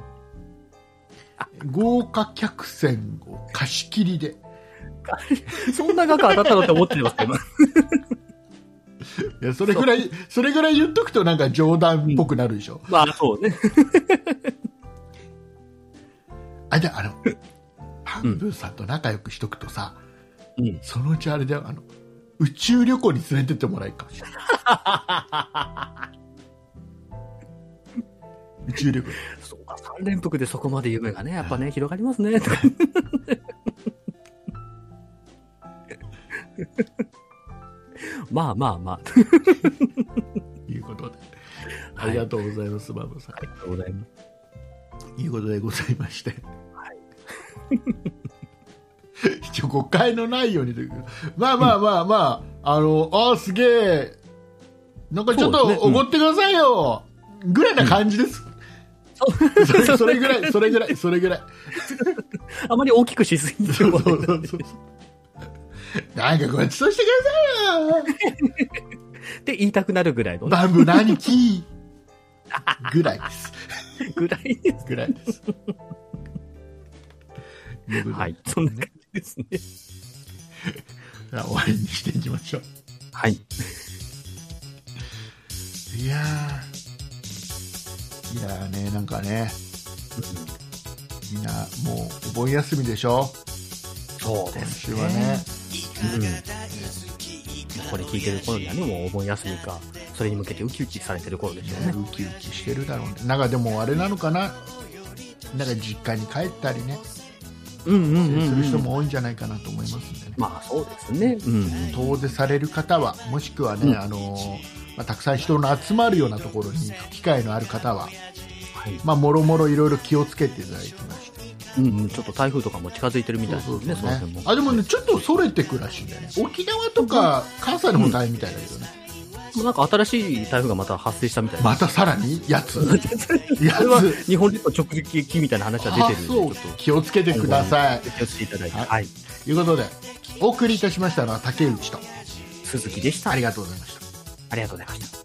豪華客船を貸し切りで。 そんな額当たったのって思ってますけど。 いや、それぐらい言っとくとなんか冗談っぽくなるでしょ。 まあそうね。 パンブーさんと仲良くしとくとさ、そのうちあれだよ、宇宙旅行に連れてってもらえるかもしれない。宇宙旅行。 そうか、3連複でそこまで夢がね、やっぱね、広がりますね。まあ。 ということで、ありがとうございます、バブさん。 ありがとうございます。 いうことでございまして。一応誤解のないようにという。まあ、すげえ、なんかちょっとおごってくださいよ、ぐらいな感じです。それぐらい。 あまり大きくしすぎて。そう。 なんかごちそうしてくださいよって言いたくなるぐらいの。 バンブー何キーぐらいです。 ぐらいです。 はい、 そんな感じですね。 終わりにしていきましょう。 はい。 いやね、なんかね、みんなもうお盆休みでしょ。 そうですね。 今週はね。 これ聞いてる頃にはね、もうお盆休みか、それに向けてウキウキされてる頃でしょうね。 ウキウキしてるだろうね。なんかでもあれなのかな、なんか実家に帰ったりね、する人も多いんじゃないかなと思いますんでね。 まあそうですね。 遠出される方は、もしくはね、たくさん人の集まるようなところに行く機会のある方は、もろもろいろいろ気をつけていただきまして、 ちょっと台風とかも近づいてるみたいですね。その辺も。 でもね、ちょっとそれてくらしいんだよね。沖縄とか関西の方大変みたいだけどね。 なんか新しい台風がまた発生したみたいな。 またさらにやつ日本列島直撃みたいな話は出てるんで、ちょっと気をつけてください。 気をつけていただいて。 はい。ということで、お送りいたしましたのは竹内と鈴木でした。 ありがとうございました。 ありがとうございました。